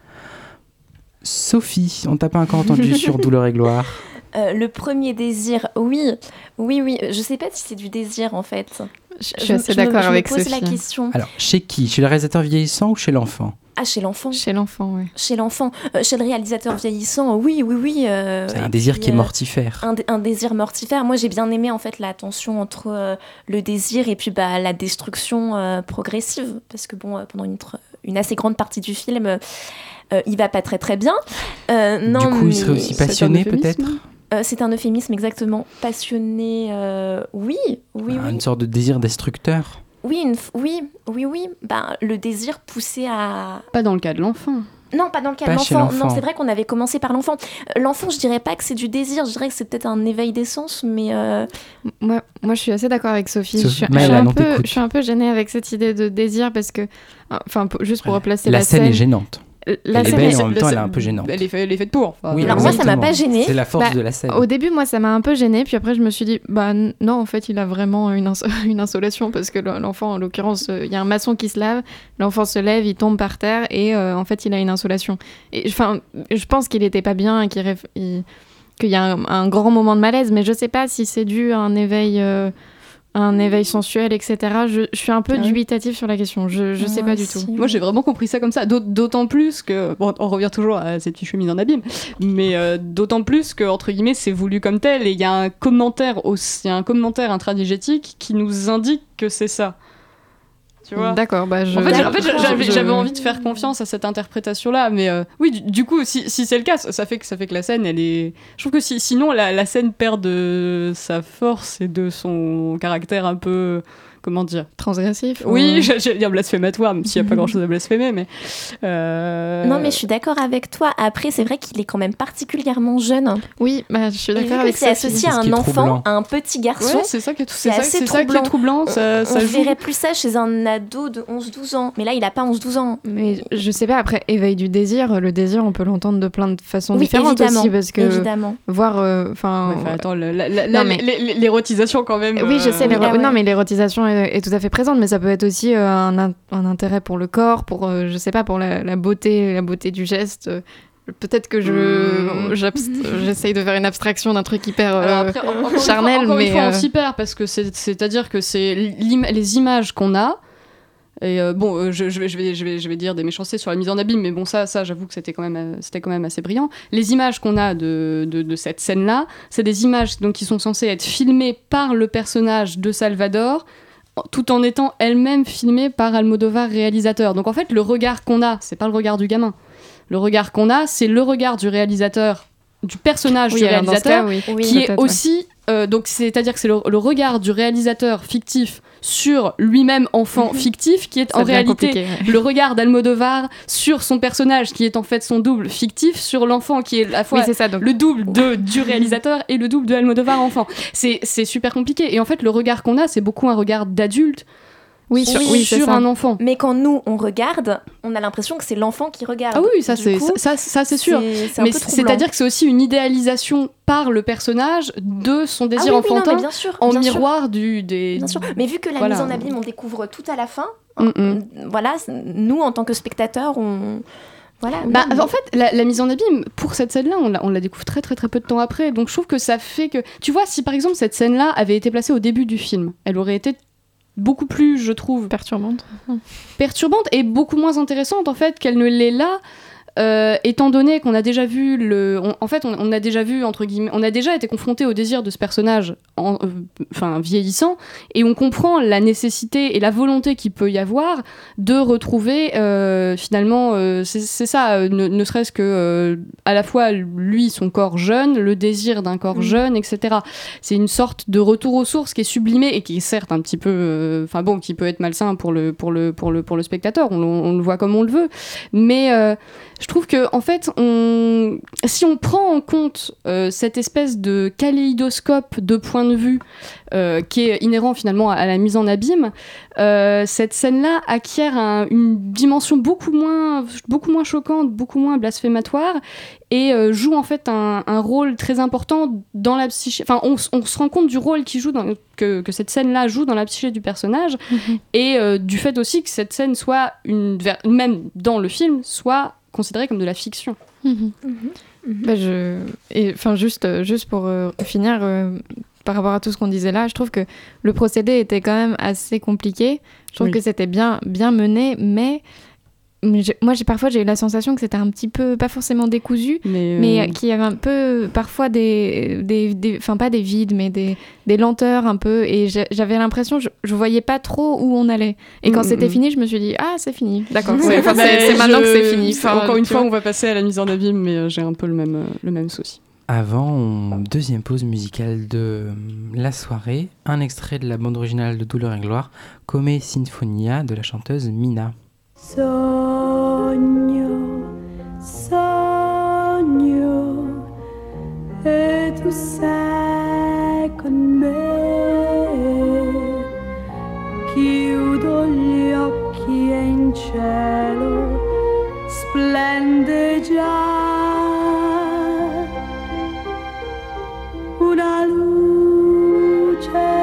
Sophie, on t'a pas encore entendu sur Douleur et Gloire. Euh, le premier désir, oui, oui, oui. Je sais pas si c'est du désir en fait. Je, je suis assez je d'accord me, avec je me pose Sophie. La question. Alors, chez qui ? Chez le réalisateur vieillissant ou chez l'enfant ? Ah, chez l'enfant. Chez l'enfant, oui. Chez l'enfant. Euh, chez le réalisateur vieillissant, oui, oui, oui. Euh, c'est un désir puis, qui est mortifère. Euh, un, d- un désir mortifère. Moi, j'ai bien aimé, en fait, la tension entre euh, le désir et puis bah, la destruction euh, progressive. Parce que, bon, euh, pendant une, tr- une assez grande partie du film, euh, euh, il va pas très, très bien. Euh, non, du coup, mais... il serait aussi passionné, peut-être ? Euh, c'est un euphémisme, exactement. Passionné, euh, oui, oui, ah, oui. Une sorte de désir destructeur. Oui, une f- oui, oui, oui. Ben, le désir poussé à... Pas dans le cas de l'enfant. Non, pas dans le cas pas de l'enfant. l'enfant. Non, c'est vrai qu'on avait commencé par l'enfant. Euh, l'enfant, je dirais pas que c'est du désir, je dirais que c'est peut-être un éveil des sens, mais... Euh... Moi, moi, je suis assez d'accord avec Sophie. Sophie je, suis, Maëla, je, suis un non, peu, je suis un peu gênée avec cette idée de désir, parce que... Enfin, juste pour replacer la, la scène... La scène... est gênante. La elle est scène, belle, elle- et en même temps, la elle est scène- un peu gênante. Elle est, fait- elle est faite pour. Enfin, Oui, Alors moi, ça m'a exactement. pas gênée. C'est la force Bah, de la scène. Au début, moi, ça m'a un peu gênée, puis après, je me suis dit, bah n- non, en fait, il a vraiment une, ins- une insolation, parce que le- l'enfant, en l'occurrence, euh, il y a un maçon qui se lave, l'enfant se lève, il tombe par terre, et euh, en fait, il a une insolation. Et enfin, je pense qu'il était pas bien, qu'il réf- il- qu'il y a un, un grand moment de malaise, mais je sais pas si c'est dû à un éveil... euh, un éveil sensuel, et cetera. Je, je suis un peu Ah ouais. dubitatif sur la question. Je, je sais Moi pas du aussi. tout. Moi, j'ai vraiment compris ça comme ça. D'aut- D'autant plus que, bon, on revient toujours à cette fichue mise en abîme, mais euh, d'autant plus que, entre guillemets, c'est voulu comme tel, et il y a un commentaire aussi, il y a un commentaire intradigétique qui nous indique que c'est ça. Tu vois ? D'accord, bah je... En fait, j'ai- en fait, D'accord. j'avais, Je- j'avais envie de faire confiance à cette interprétation-là, mais euh, oui, du, du coup, si, si c'est le cas, ça fait que ça fait que la scène, elle est. Je trouve que si, sinon la, la scène perd de sa force et de son caractère un peu. Comment dire ? Transgressif. Oui, ou- j'ai- j'allais dire blasphématoire, même s'il n'y a pas grand-chose à blasphémer, mais. euh, Non, mais je suis d'accord avec toi. Après, c'est vrai qu'il est quand même particulièrement jeune. Oui, bah, je suis Et vu d'accord que avec c'est ça. associé C'est à ce qui un est enfant, troublant. à un petit garçon. Ouais, c'est ça qui est, c'est c'est ça, assez c'est ça qui est troublant. Ça, ça on joue. verrait plus ça chez un ado de onze douze ans. Mais là, il a pas onze douze ans. Mais je sais pas, après, éveil du désir, le désir, on peut l'entendre de plein de façons Oui, différentes évidemment, aussi, parce que évidemment. voir, enfin... Ouais, enfin, attends, la- la- la- Non, la- mais- l'é- l'é- l'érotisation quand même. Oui, je sais, euh, l'éro- ah ouais. non, mais l'érotisation est, est tout à fait présente, mais ça peut être aussi euh, un, in- un intérêt pour le corps, pour, euh, je sais pas, pour la, la beauté, la beauté du geste. euh, Peut-être que je Mmh. j'abst- j'essaye de faire une abstraction d'un truc hyper euh, Alors après, en- encore une fois- charnel, encore une mais fois, on euh, s'y perd parce que c'est- c'est-à-dire que c'est l'im- les images qu'on a. Et euh, bon, euh, je, je vais, je, vais, je, vais, je vais dire des méchancetés sur la mise en abîme, mais bon, ça, ça j'avoue que c'était quand, même, euh, c'était quand même assez brillant. Les images qu'on a de, de, de cette scène-là, c'est des images donc, qui sont censées être filmées par le personnage de Salvador, tout en étant elles-mêmes filmées par Almodovar, réalisateur. Donc en fait, le regard qu'on a, c'est pas le regard du gamin. Le regard qu'on a, c'est le regard du réalisateur, du personnage oui, du alors, dans ce réalisateur, cas, oui. Oui, qui est peut-être, ouais. aussi euh, donc c'est-à-dire que c'est le, le regard du réalisateur fictif sur lui-même enfant fictif qui est Ça en devient réalité compliqué, ouais. le regard d'Almodovar sur son personnage qui est en fait son double fictif sur l'enfant qui est à la fois Oui, c'est ça, donc. le double de, du réalisateur et le double de Almodovar enfant. C'est, c'est super compliqué et en fait le regard qu'on a c'est beaucoup un regard d'adulte Oui, sur, Oui, oui, c'est sur ça. un enfant. Mais quand nous, on regarde, on a l'impression que c'est l'enfant qui regarde. Ah oui, ça Du c'est, coup, ça, ça, c'est sûr. c'est- c'est un Mais peu c'est- troublant. c'est-à-dire que c'est aussi une idéalisation par le personnage de son Ah désir oui, oui, non, enfantin mais bien sûr, en bien sûr. miroir du, des... Bien sûr. Mais vu que la Voilà. mise en abîme, on découvre tout à la fin, Mm, mm. voilà, c- nous, en tant que spectateurs, on... Voilà, Bah, oui. en fait, la, la mise en abîme, pour cette scène-là, on la, on la découvre très très très peu de temps après. Donc je trouve que ça fait que... Tu vois, si par exemple cette scène-là avait été placée au début du film, elle aurait été beaucoup plus, je trouve, Perturbante. perturbante et beaucoup moins intéressante en fait qu'elle ne l'est là. Euh, étant donné qu'on a déjà vu le, on- en fait, on, on a déjà vu entre guillemets, on a déjà été confronté au désir de ce personnage, en- euh, enfin vieillissant, et on comprend la nécessité et la volonté qu'il peut y avoir de retrouver euh, finalement, euh, c'est, c'est ça, euh, ne, ne serait-ce que euh, à la fois lui, son corps jeune, le désir d'un corps Mhm. jeune, et cetera. C'est une sorte de retour aux sources qui est sublimé et qui est certes un petit peu, euh, enfin bon, qui peut être malsain pour le pour le pour le pour le spectateur. On, on le voit comme on le veut, mais euh, je trouve que en fait, on... si on prend en compte euh, cette espèce de kaléidoscope de points de vue euh, qui est inhérent finalement à, à la mise en abîme, euh, cette scène-là acquiert un- une dimension beaucoup moins, beaucoup moins choquante, beaucoup moins blasphématoire et euh, joue en fait un, un rôle très important dans la psyché. Enfin, on, s- on se rend compte du rôle qui joue dans, que, que cette scène-là joue dans la psyché du personnage et euh, du fait aussi que cette scène soit une, ver- même dans le film, soit considérée comme de la fiction. Mhm. Mhm. Mhm. Bah, je... et, enfin, juste, euh, juste pour euh, finir, euh, par rapport à tout ce qu'on disait là, je trouve que le procédé était quand même assez compliqué. Je trouve Oui. que c'était bien, bien mené, mais mais j'ai- moi, j'ai, parfois, j'ai eu la sensation que c'était un petit peu, pas forcément décousu, Mais, mais euh, euh, qu'il y avait un peu, parfois, des, des, des- enfin pas des vides, mais des, des lenteurs un peu, et j'ai- j'avais l'impression, je, je voyais pas trop où on allait. Et quand Mm, c'était mm. fini, je me suis dit, ah, c'est fini, d'accord, Ouais, c'est, enfin, bah, c'est, c'est maintenant je- que c'est fini. c'est- Enfin, encore une tu fois, vois. on va passer à la mise en abîme, mais euh, j'ai un peu le même, euh, le même souci. Avant, on- deuxième pause musicale de euh, la soirée, un extrait de la bande originale de Douleur et Gloire, Come Sinfonia de la chanteuse Mina. Sogno, sogno, e tu sei con me. Chiudo gli occhi e in cielo splende già una luce.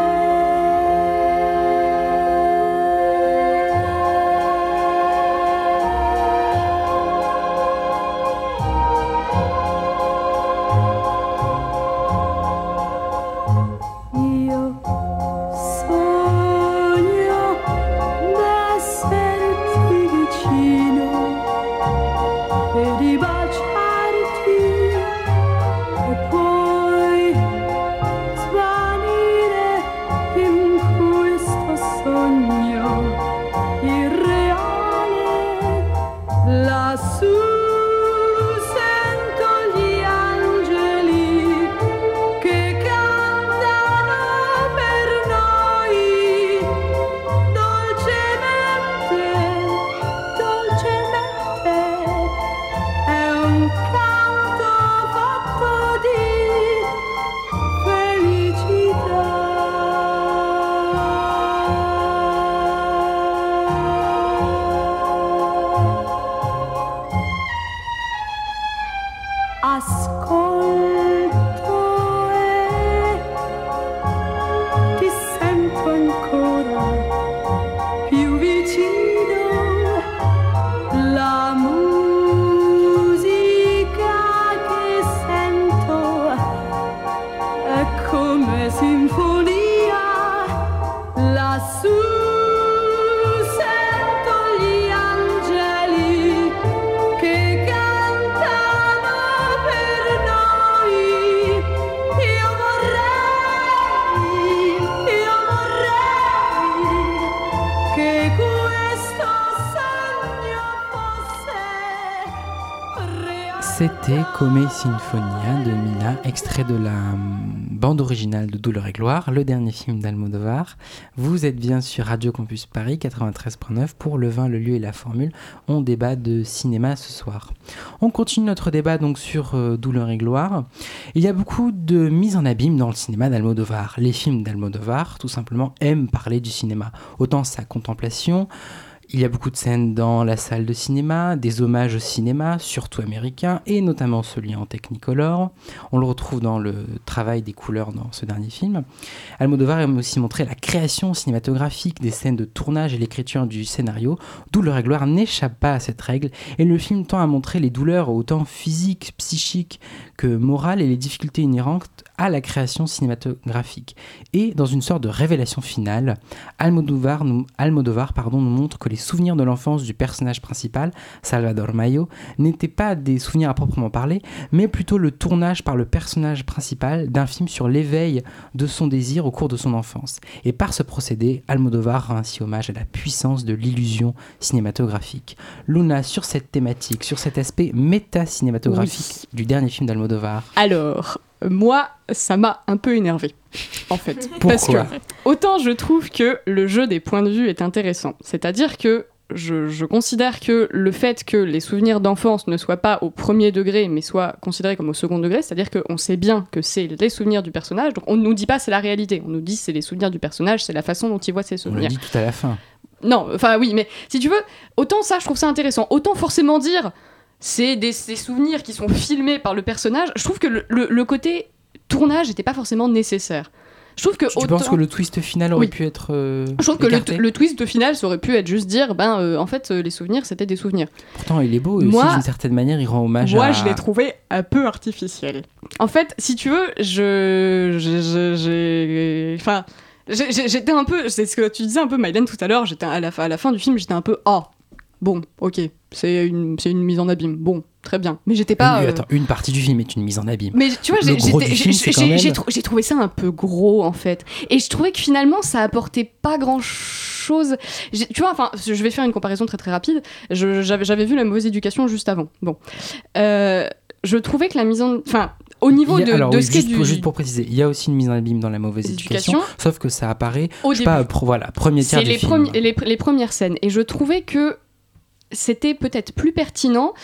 C'était Come Sinfonia de Mina, extrait de la bande originale de Douleur et Gloire, le dernier film d'Almodovar. Vous êtes bien sur Radio Campus Paris quatre-vingt-treize neuf pour Le vin, le lieu et la formule. On débat de cinéma ce soir. On continue notre débat donc sur euh, Douleur et Gloire. Il y a beaucoup de mise en abîme dans le cinéma d'Almodovar. Les films d'Almodovar, tout simplement, aiment parler du cinéma. Autant sa contemplation. Il y a beaucoup de scènes dans la salle de cinéma, des hommages au cinéma, surtout américain, et notamment celui en Technicolor. On le retrouve dans le travail des couleurs dans ce dernier film. Almodovar aime aussi montrer la création cinématographique des scènes de tournage et l'écriture du scénario. Douleur et Gloire n'échappe pas à cette règle, et le film tend à montrer les douleurs autant physiques, psychiques que morales et les difficultés inhérentes à la création cinématographique. Et dans une sorte de révélation finale, Almodovar nous, Almodovar, pardon, nous montre que les souvenirs de l'enfance du personnage principal, Salvador Mayo, n'étaient pas des souvenirs à proprement parler, mais plutôt le tournage par le personnage principal d'un film sur l'éveil de son désir au cours de son enfance. Et par ce procédé, Almodovar rend ainsi hommage à la puissance de l'illusion cinématographique. Luna, sur cette thématique, sur cet aspect méta-cinématographique oui. du dernier film d'Almodovar. Alors, moi, ça m'a un peu énervé, en fait. Pourquoi ? Parce que, autant je trouve que le jeu des points de vue est intéressant. C'est-à-dire que je, je considère que le fait que les souvenirs d'enfance ne soient pas au premier degré, mais soient considérés comme au second degré, c'est-à-dire qu'on sait bien que c'est les souvenirs du personnage, donc on ne nous dit pas c'est la réalité, on nous dit c'est les souvenirs du personnage, c'est la façon dont il voit ses souvenirs. On le dit tout à la fin. Non, enfin oui, mais si tu veux, autant ça, je trouve ça intéressant. Autant forcément dire... c'est des, des souvenirs qui sont filmés par le personnage. Je trouve que le, le, le côté tournage n'était pas forcément nécessaire. Je trouve que tu autant... penses que le twist final aurait oui. pu être euh, Je trouve écarté. que le, le twist final, ça aurait pu être juste dire, ben, euh, en fait, euh, les souvenirs, c'était des souvenirs. Pourtant, il est beau et moi, aussi, d'une certaine manière, il rend hommage moi, à... Moi, je l'ai trouvé un peu artificiel. En fait, si tu veux, je... je, je j'ai... Enfin, j'ai, j'étais un peu... C'est ce que tu disais un peu, Mylène, tout à l'heure. J'étais à la, à la fin du film, j'étais un peu... Oh, bon, ok, c'est une, c'est une mise en abîme. Bon, très bien. Mais j'étais pas... Une, euh... Attends, une partie du film est une mise en abîme. Mais tu vois, Le j'ai, gros j'étais, du film, j'ai, c'est quand j'ai, même... j'ai, trou- j'ai trouvé ça un peu gros, en fait. Et je trouvais que finalement, ça apportait pas grand-chose. J'ai, tu vois, enfin, je vais faire une comparaison très très rapide. Je, j'avais, j'avais vu La Mauvaise Éducation juste avant. Bon. Euh, je trouvais que la mise en... Enfin... Au niveau a, de, alors, de oui, ce qui est juste, du... pour, juste pour préciser, il y a aussi une mise en abîme dans La Mauvaise Éducation, sauf que ça apparaît, au je sais début. pas, pro, voilà, premier tiers c'est du les film. Premi- les, les premières scènes. Et je trouvais que c'était peut-être plus pertinent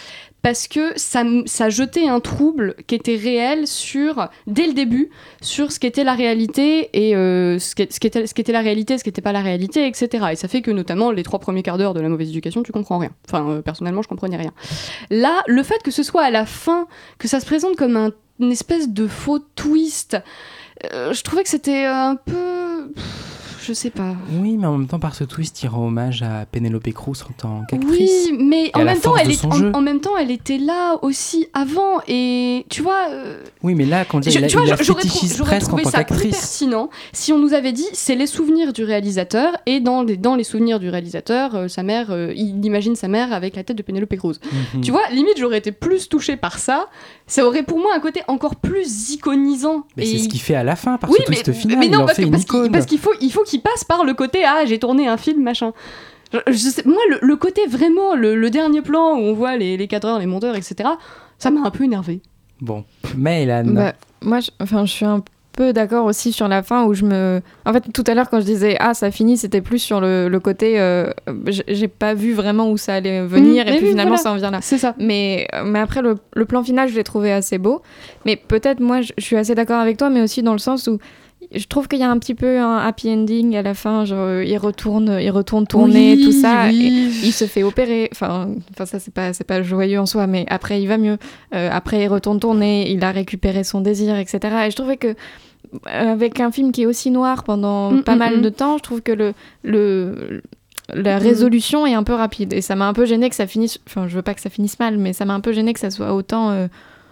parce que ça, ça jetait un trouble qui était réel sur, dès le début, sur ce qu'était la réalité et euh, ce, qu'est, ce, qu'était, ce qu'était la réalité, ce qui n'était pas la réalité, et cetera. Et ça fait que notamment les trois premiers quarts d'heure de La Mauvaise Éducation, tu comprends rien. Enfin, euh, personnellement, je comprenais rien. Là, le fait que ce soit à la fin, que ça se présente comme un, une espèce de faux twist, euh, je trouvais que c'était un peu... Je sais pas. Oui, mais en même temps, par ce twist, il rend hommage à Penelope Cruz en tant qu'actrice. Oui, mais en même, temps, elle est, en, en, en même temps, elle était là aussi avant. Et tu vois. Euh... Oui, mais là, quand je, il, tu vois, il la j'aurais, fétichise trou- j'aurais presque trouvé en tant ça qu'actrice. plus pertinent si on nous avait dit c'est les souvenirs du réalisateur. Et dans les, dans les souvenirs du réalisateur, euh, sa mère, euh, il imagine sa mère avec la tête de Penelope Cruz. Mm-hmm. Tu vois, limite, j'aurais été plus touchée par ça. Ça aurait pour moi un côté encore plus iconisant. Mais et... c'est ce qu'il fait à la fin, par oui, ce twist mais, final. Mais non, il en parce, fait que, une parce, icône. qu'il, parce qu'il faut, il faut qu'il passe par le côté ah, j'ai tourné un film, machin. Je, je sais, moi, le, le côté vraiment, le, le dernier plan où on voit les, les cadreurs, les monteurs, et cetera, ça m'a un peu énervé. Bon, Maëlan. Bah, moi, je, enfin, je suis un peu d'accord aussi sur la fin où je me... En fait, tout à l'heure, quand je disais « Ah, ça finit », c'était plus sur le, le côté... Euh, j'ai pas vu vraiment où ça allait venir, mmh, et puis oui, finalement, voilà. ça en vient là. C'est ça. Mais, mais après, le, le plan final, je l'ai trouvé assez beau. Mais peut-être, moi, je, je suis assez d'accord avec toi, mais aussi dans le sens où je trouve qu'il y a un petit peu un happy ending à la fin, genre il retourne, il retourne tourner, oui, tout ça, oui. et il se fait opérer. Enfin, enfin ça c'est pas, c'est pas joyeux en soi, mais après il va mieux. Euh, après il retourne tourner, il a récupéré son désir, et cetera. Et je trouvais que avec un film qui est aussi noir pendant mmh, pas mmh, mal mmh. de temps, je trouve que le le la résolution mmh. est un peu rapide. Et ça m'a un peu gêné que ça finisse. Enfin, je veux pas que ça finisse mal, mais ça m'a un peu gêné que ça soit autant. Euh,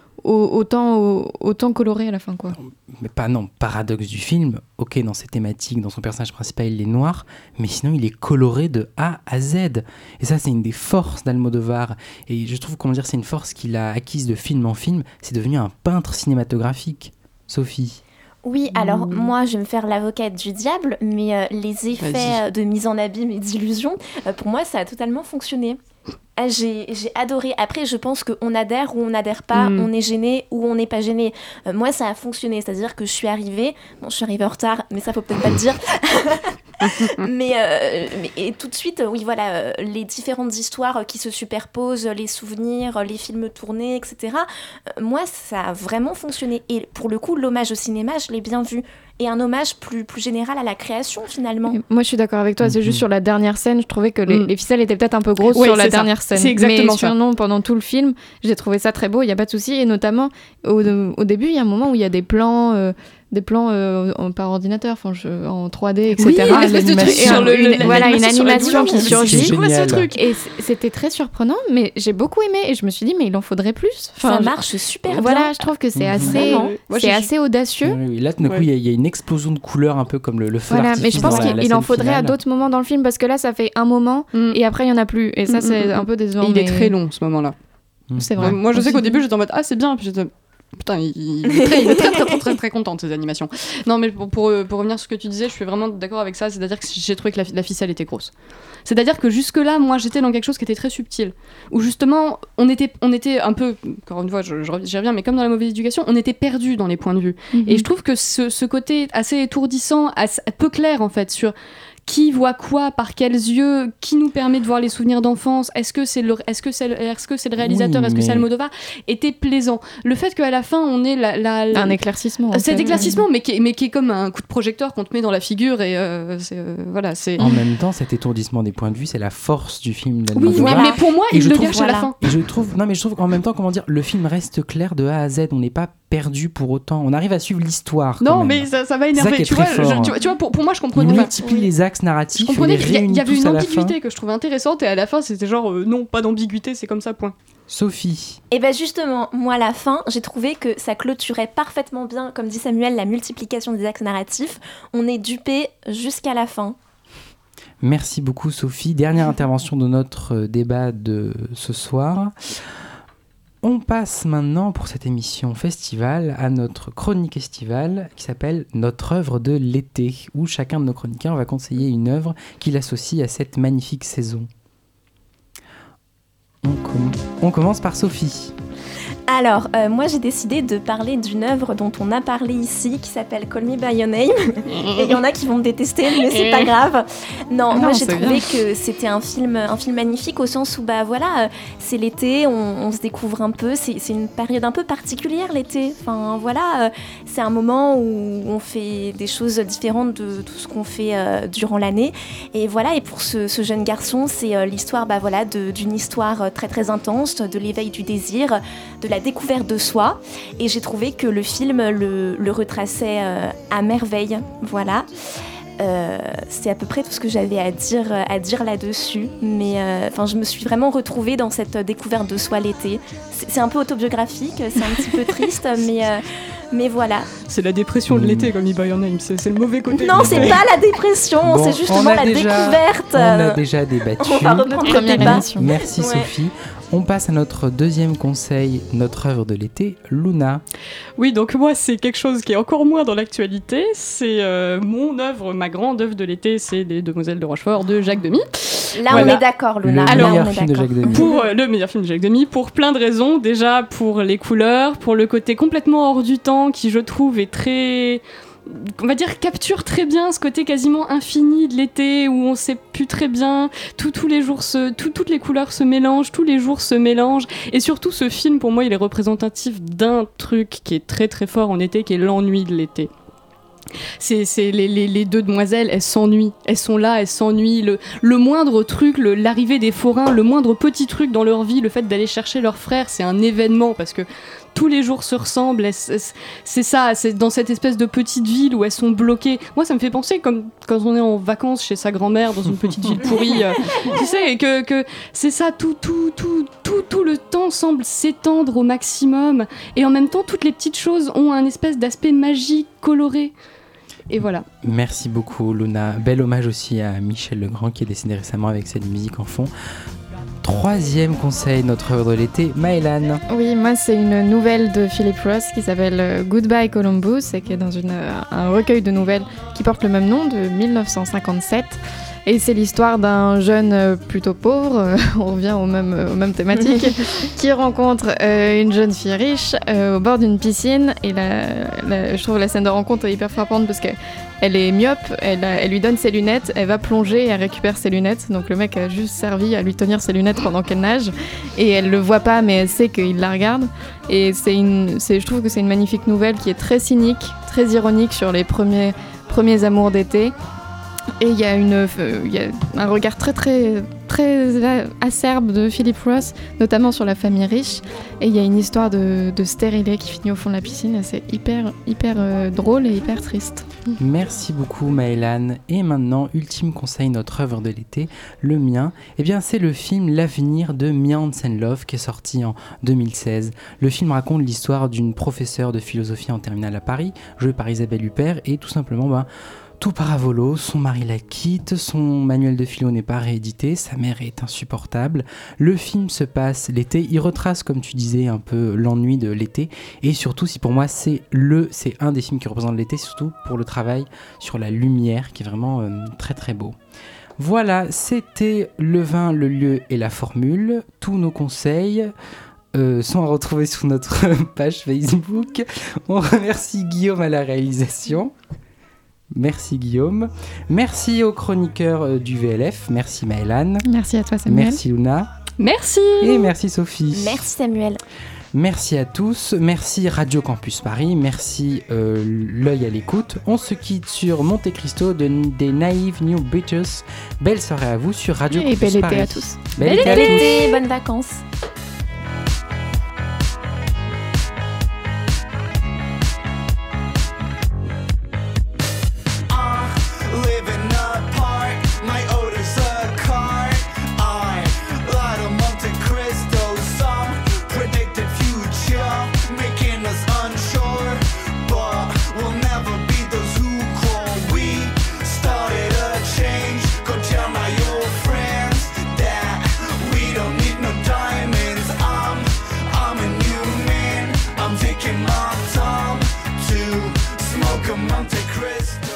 Autant, autant coloré à la fin, quoi. Mais pas, non, paradoxe du film, ok, dans ses thématiques, dans son personnage principal, il est noir, mais sinon il est coloré de A à Z. Et ça, c'est une des forces d'Almodovar. Et je trouve, comment dire, c'est une force qu'il a acquise de film en film, c'est devenu un peintre cinématographique. Sophie. Oui, alors mmh. moi, je vais me faire l'avocate du diable, mais euh, les effets Vas-y. de mise en abîme et d'illusion, euh, pour moi, ça a totalement fonctionné. Ah, j'ai, j'ai adoré. Après, je pense qu'on adhère ou on n'adhère pas, mmh. on est gêné ou on n'est pas gêné. Euh, moi, ça a fonctionné, c'est-à-dire que je suis arrivée, bon, je suis arrivée en retard, mais ça, faut peut-être pas le dire. mais, euh, mais et tout de suite, oui, voilà, euh, les différentes histoires qui se superposent, les souvenirs, les films tournés, et cetera. Euh, moi, ça a vraiment fonctionné. Et pour le coup, l'hommage au cinéma, je l'ai bien vu. Et un hommage plus, plus général à la création, finalement. Moi, je suis d'accord avec toi. C'est mm-hmm. juste sur la dernière scène, je trouvais que les, mm. les ficelles étaient peut-être un peu grosses oui, sur la dernière ça. scène. C'est exactement mais ça. sinon, pendant tout le film, j'ai trouvé ça très beau, il n'y a pas de souci. Et notamment, au, au début, il y a un moment où il y a des plans... Euh, des plans euh, en, par ordinateur, enfin, je, en trois D, et cetera. Oui, l'espèce de truc sur le, une, le, voilà, une animation qui surgit. C'est ce truc. Et c'était très surprenant, mais j'ai beaucoup aimé. Et je me suis dit, mais il en faudrait plus. Enfin, ça marche super bien. Voilà, je trouve que c'est assez, Moi, c'est assez audacieux. Oui, là, tout d'un coup, il y a une explosion de couleurs, un peu comme le, le feu voilà, artifice. Mais je pense qu'il la, il en faudrait finale. À d'autres moments dans le film, parce que là, ça fait un moment, mm. et après, il n'y en a plus. Et ça, mm, c'est mm, un peu décevant. Et il est très long, ce moment-là. C'est vrai. Moi, je sais qu'au début, j'étais en mode, ah, c'est bien. Puis j'étais... Putain, il, il, est très, il est très très très très très content de ces animations. Non, mais pour, pour, pour revenir sur ce que tu disais, je suis vraiment d'accord avec ça. C'est-à-dire que j'ai trouvé que la, la ficelle était grosse. C'est-à-dire que jusque-là, moi, j'étais dans quelque chose qui était très subtil. Où justement, on était, on était un peu, encore une fois, je, je, j'y reviens, mais comme dans La Mauvaise Éducation, on était perdus dans les points de vue. Mm-hmm. Et je trouve que ce, ce côté assez étourdissant, assez, peu clair en fait, sur... qui voit quoi, par quels yeux, qui nous permet de voir les souvenirs d'enfance, est-ce que c'est le, est-ce que c'est le, est-ce que c'est le réalisateur, oui, est-ce mais... que c'est Almodovar, était plaisant. Le fait qu'à la fin, on ait la, la, la... un éclaircissement. Cet éclaircissement, mais qui, est, mais qui est comme un coup de projecteur qu'on te met dans la figure, et euh, c'est, euh, voilà, c'est... En même temps, cet étourdissement des points de vue, c'est la force du film d'Almodovar. Oui, voilà. mais pour moi, et il le trouve, gâche voilà. à la fin. Et je trouve, non mais je trouve qu'en même temps, comment dire, le film reste clair de A à Z, on n'est pas perdu pour autant, on arrive à suivre l'histoire. Non, mais ça, ça va énerver. Tu vois, je, tu vois, tu vois, pour, pour moi, je comprenais. Il multiplie les axes narratifs. Il y avait une ambiguïté que je trouvais intéressante, et à la fin c'était genre euh, non, pas d'ambiguïté, c'est comme ça, point. Sophie. Et bien justement, moi à la fin, j'ai trouvé que ça clôturait parfaitement bien, comme dit Samuel, la multiplication des axes narratifs. On est dupé jusqu'à la fin. Merci beaucoup Sophie. Dernière intervention de notre débat de ce soir. On passe maintenant pour cette émission festival à notre chronique estivale qui s'appelle Notre œuvre de l'été, où chacun de nos chroniqueurs va conseiller une œuvre qu'il associe à cette magnifique saison. On, com- on commence par Sophie. Alors, euh, moi j'ai décidé de parler d'une œuvre dont on a parlé ici, qui s'appelle Call Me By Your Name. Et il y en a qui vont me détester, mais c'est pas grave. Non, non moi j'ai c'est trouvé bien. que c'était un film, un film magnifique au sens où, bah voilà, euh, c'est l'été, on, on se découvre un peu, c'est, c'est une période un peu particulière l'été. Enfin voilà, euh, c'est un moment où on fait des choses différentes de tout ce qu'on fait euh, durant l'année. Et voilà, et pour ce, ce jeune garçon, c'est euh, l'histoire, bah voilà, de, d'une histoire euh, très très intense, de l'éveil du désir, de la découverte de soi. Et j'ai trouvé que le film le, le retraçait euh, à merveille. Voilà. Euh, c'est à peu près tout ce que j'avais à dire, à dire là-dessus. Mais euh, je me suis vraiment retrouvée dans cette découverte de soi l'été. C'est, c'est un peu autobiographique, c'est un petit peu triste, mais... Euh, Mais voilà. C'est la dépression de l'été, comme il by your name. C'est, c'est le mauvais côté. Non, c'est pas la dépression, Bon, c'est justement la déjà, découverte. On a déjà débattu. On va reprendre le débat. Merci Ouais. Sophie. On passe à notre deuxième conseil, notre œuvre de l'été, Luna. Oui, donc moi, c'est quelque chose qui est encore moins dans l'actualité. C'est euh, mon œuvre, ma grande œuvre de l'été, c'est Les Demoiselles de Rochefort de Jacques Demy. Là, Voilà. on est d'accord, Luna. Le Alors, meilleur on est film de d'accord. Jacques Demy. Pour euh, le meilleur film de Jacques Demy, pour plein de raisons. Déjà, pour les couleurs, pour le côté complètement hors du temps, qui, je trouve, est très... on va dire, capture très bien ce côté quasiment infini de l'été où on sait plus très bien, tout, tous les jours, se, tout, toutes les couleurs se mélangent, tous les jours se mélangent. Et surtout, ce film, pour moi, il est représentatif d'un truc qui est très très fort en été, qui est l'ennui de l'été. C'est, c'est les, les, les deux demoiselles, elles s'ennuient, elles sont là, elles s'ennuient. Le, le moindre truc, le, l'arrivée des forains, le moindre petit truc dans leur vie, le fait d'aller chercher leur frère, c'est un événement parce que tous les jours se ressemblent. Elles, c'est ça, c'est dans cette espèce de petite ville où elles sont bloquées. Moi, ça me fait penser comme quand on est en vacances chez sa grand-mère dans une petite ville pourrie. Euh, tu sais, que, que c'est ça, tout, tout, tout, tout, tout le temps semble s'étendre au maximum. Et en même temps, toutes les petites choses ont un espèce d'aspect magique, coloré. Et voilà. Merci beaucoup Luna. Bel hommage aussi à Michel Legrand qui est décédé récemment avec cette musique en fond. Troisième conseil, notre œuvre de l'été, Maëlan. Oui, moi c'est une nouvelle de Philip Roth qui s'appelle euh, Goodbye Columbus et qui est dans une, euh, un recueil de nouvelles qui porte le même nom de dix-neuf cent cinquante-sept. Et c'est l'histoire d'un jeune euh, plutôt pauvre, euh, on revient aux mêmes, euh, aux mêmes thématiques, qui rencontre euh, une jeune fille riche euh, au bord d'une piscine. Et la, la, je trouve la scène de rencontre hyper frappante parce qu'elle est myope, elle, a, elle lui donne ses lunettes, elle va plonger et elle récupère ses lunettes. Donc le mec a juste servi à lui tenir ses lunettes pendant qu'elle nage. Et elle le voit pas, mais elle sait qu'il la regarde. Et c'est une, c'est, je trouve que c'est une magnifique nouvelle qui est très cynique, très ironique sur les premiers, premiers amours d'été. Et il y a une, euh, y a un regard très très très acerbe de Philip Roth, notamment sur la famille riche. Et il y a une histoire de, de stérilé qui finit au fond de la piscine. Et c'est hyper hyper euh, drôle et hyper triste. Merci beaucoup Maëlan. Et maintenant, ultime conseil, notre œuvre de l'été, le mien. Eh bien, c'est le film L'avenir de Mia Hansen-Løve qui est sorti en deux mille seize. Le film raconte l'histoire d'une professeure de philosophie en terminale à Paris, jouée par Isabelle Huppert, et tout simplement, ben, tout part à volo, son mari la quitte, son manuel de philo n'est pas réédité, sa mère est insupportable. Le film se passe l'été, il retrace, comme tu disais, un peu l'ennui de l'été. Et surtout, si pour moi, c'est le, c'est un des films qui représente l'été, surtout pour le travail sur la lumière, qui est vraiment euh, très très beau. Voilà, c'était le vin, le lieu et la formule. Tous nos conseils Euh, sont à retrouver sur notre page Facebook. On remercie Guillaume à la réalisation. Merci Guillaume. Merci aux chroniqueurs euh, du V L F. Merci Maëlan. Merci à toi Samuel. Merci Luna. Merci. Et merci Sophie. Merci Samuel. Merci à tous. Merci Radio Campus Paris. Merci euh, l'œil à l'écoute. On se quitte sur Monte Cristo de, des Naive New Beaches. Belle soirée à vous sur Radio Et Campus bel Paris. été à tous. Bel Bel été à tous. été, bonnes vacances. Taking my time to smoke a Monte Cristo.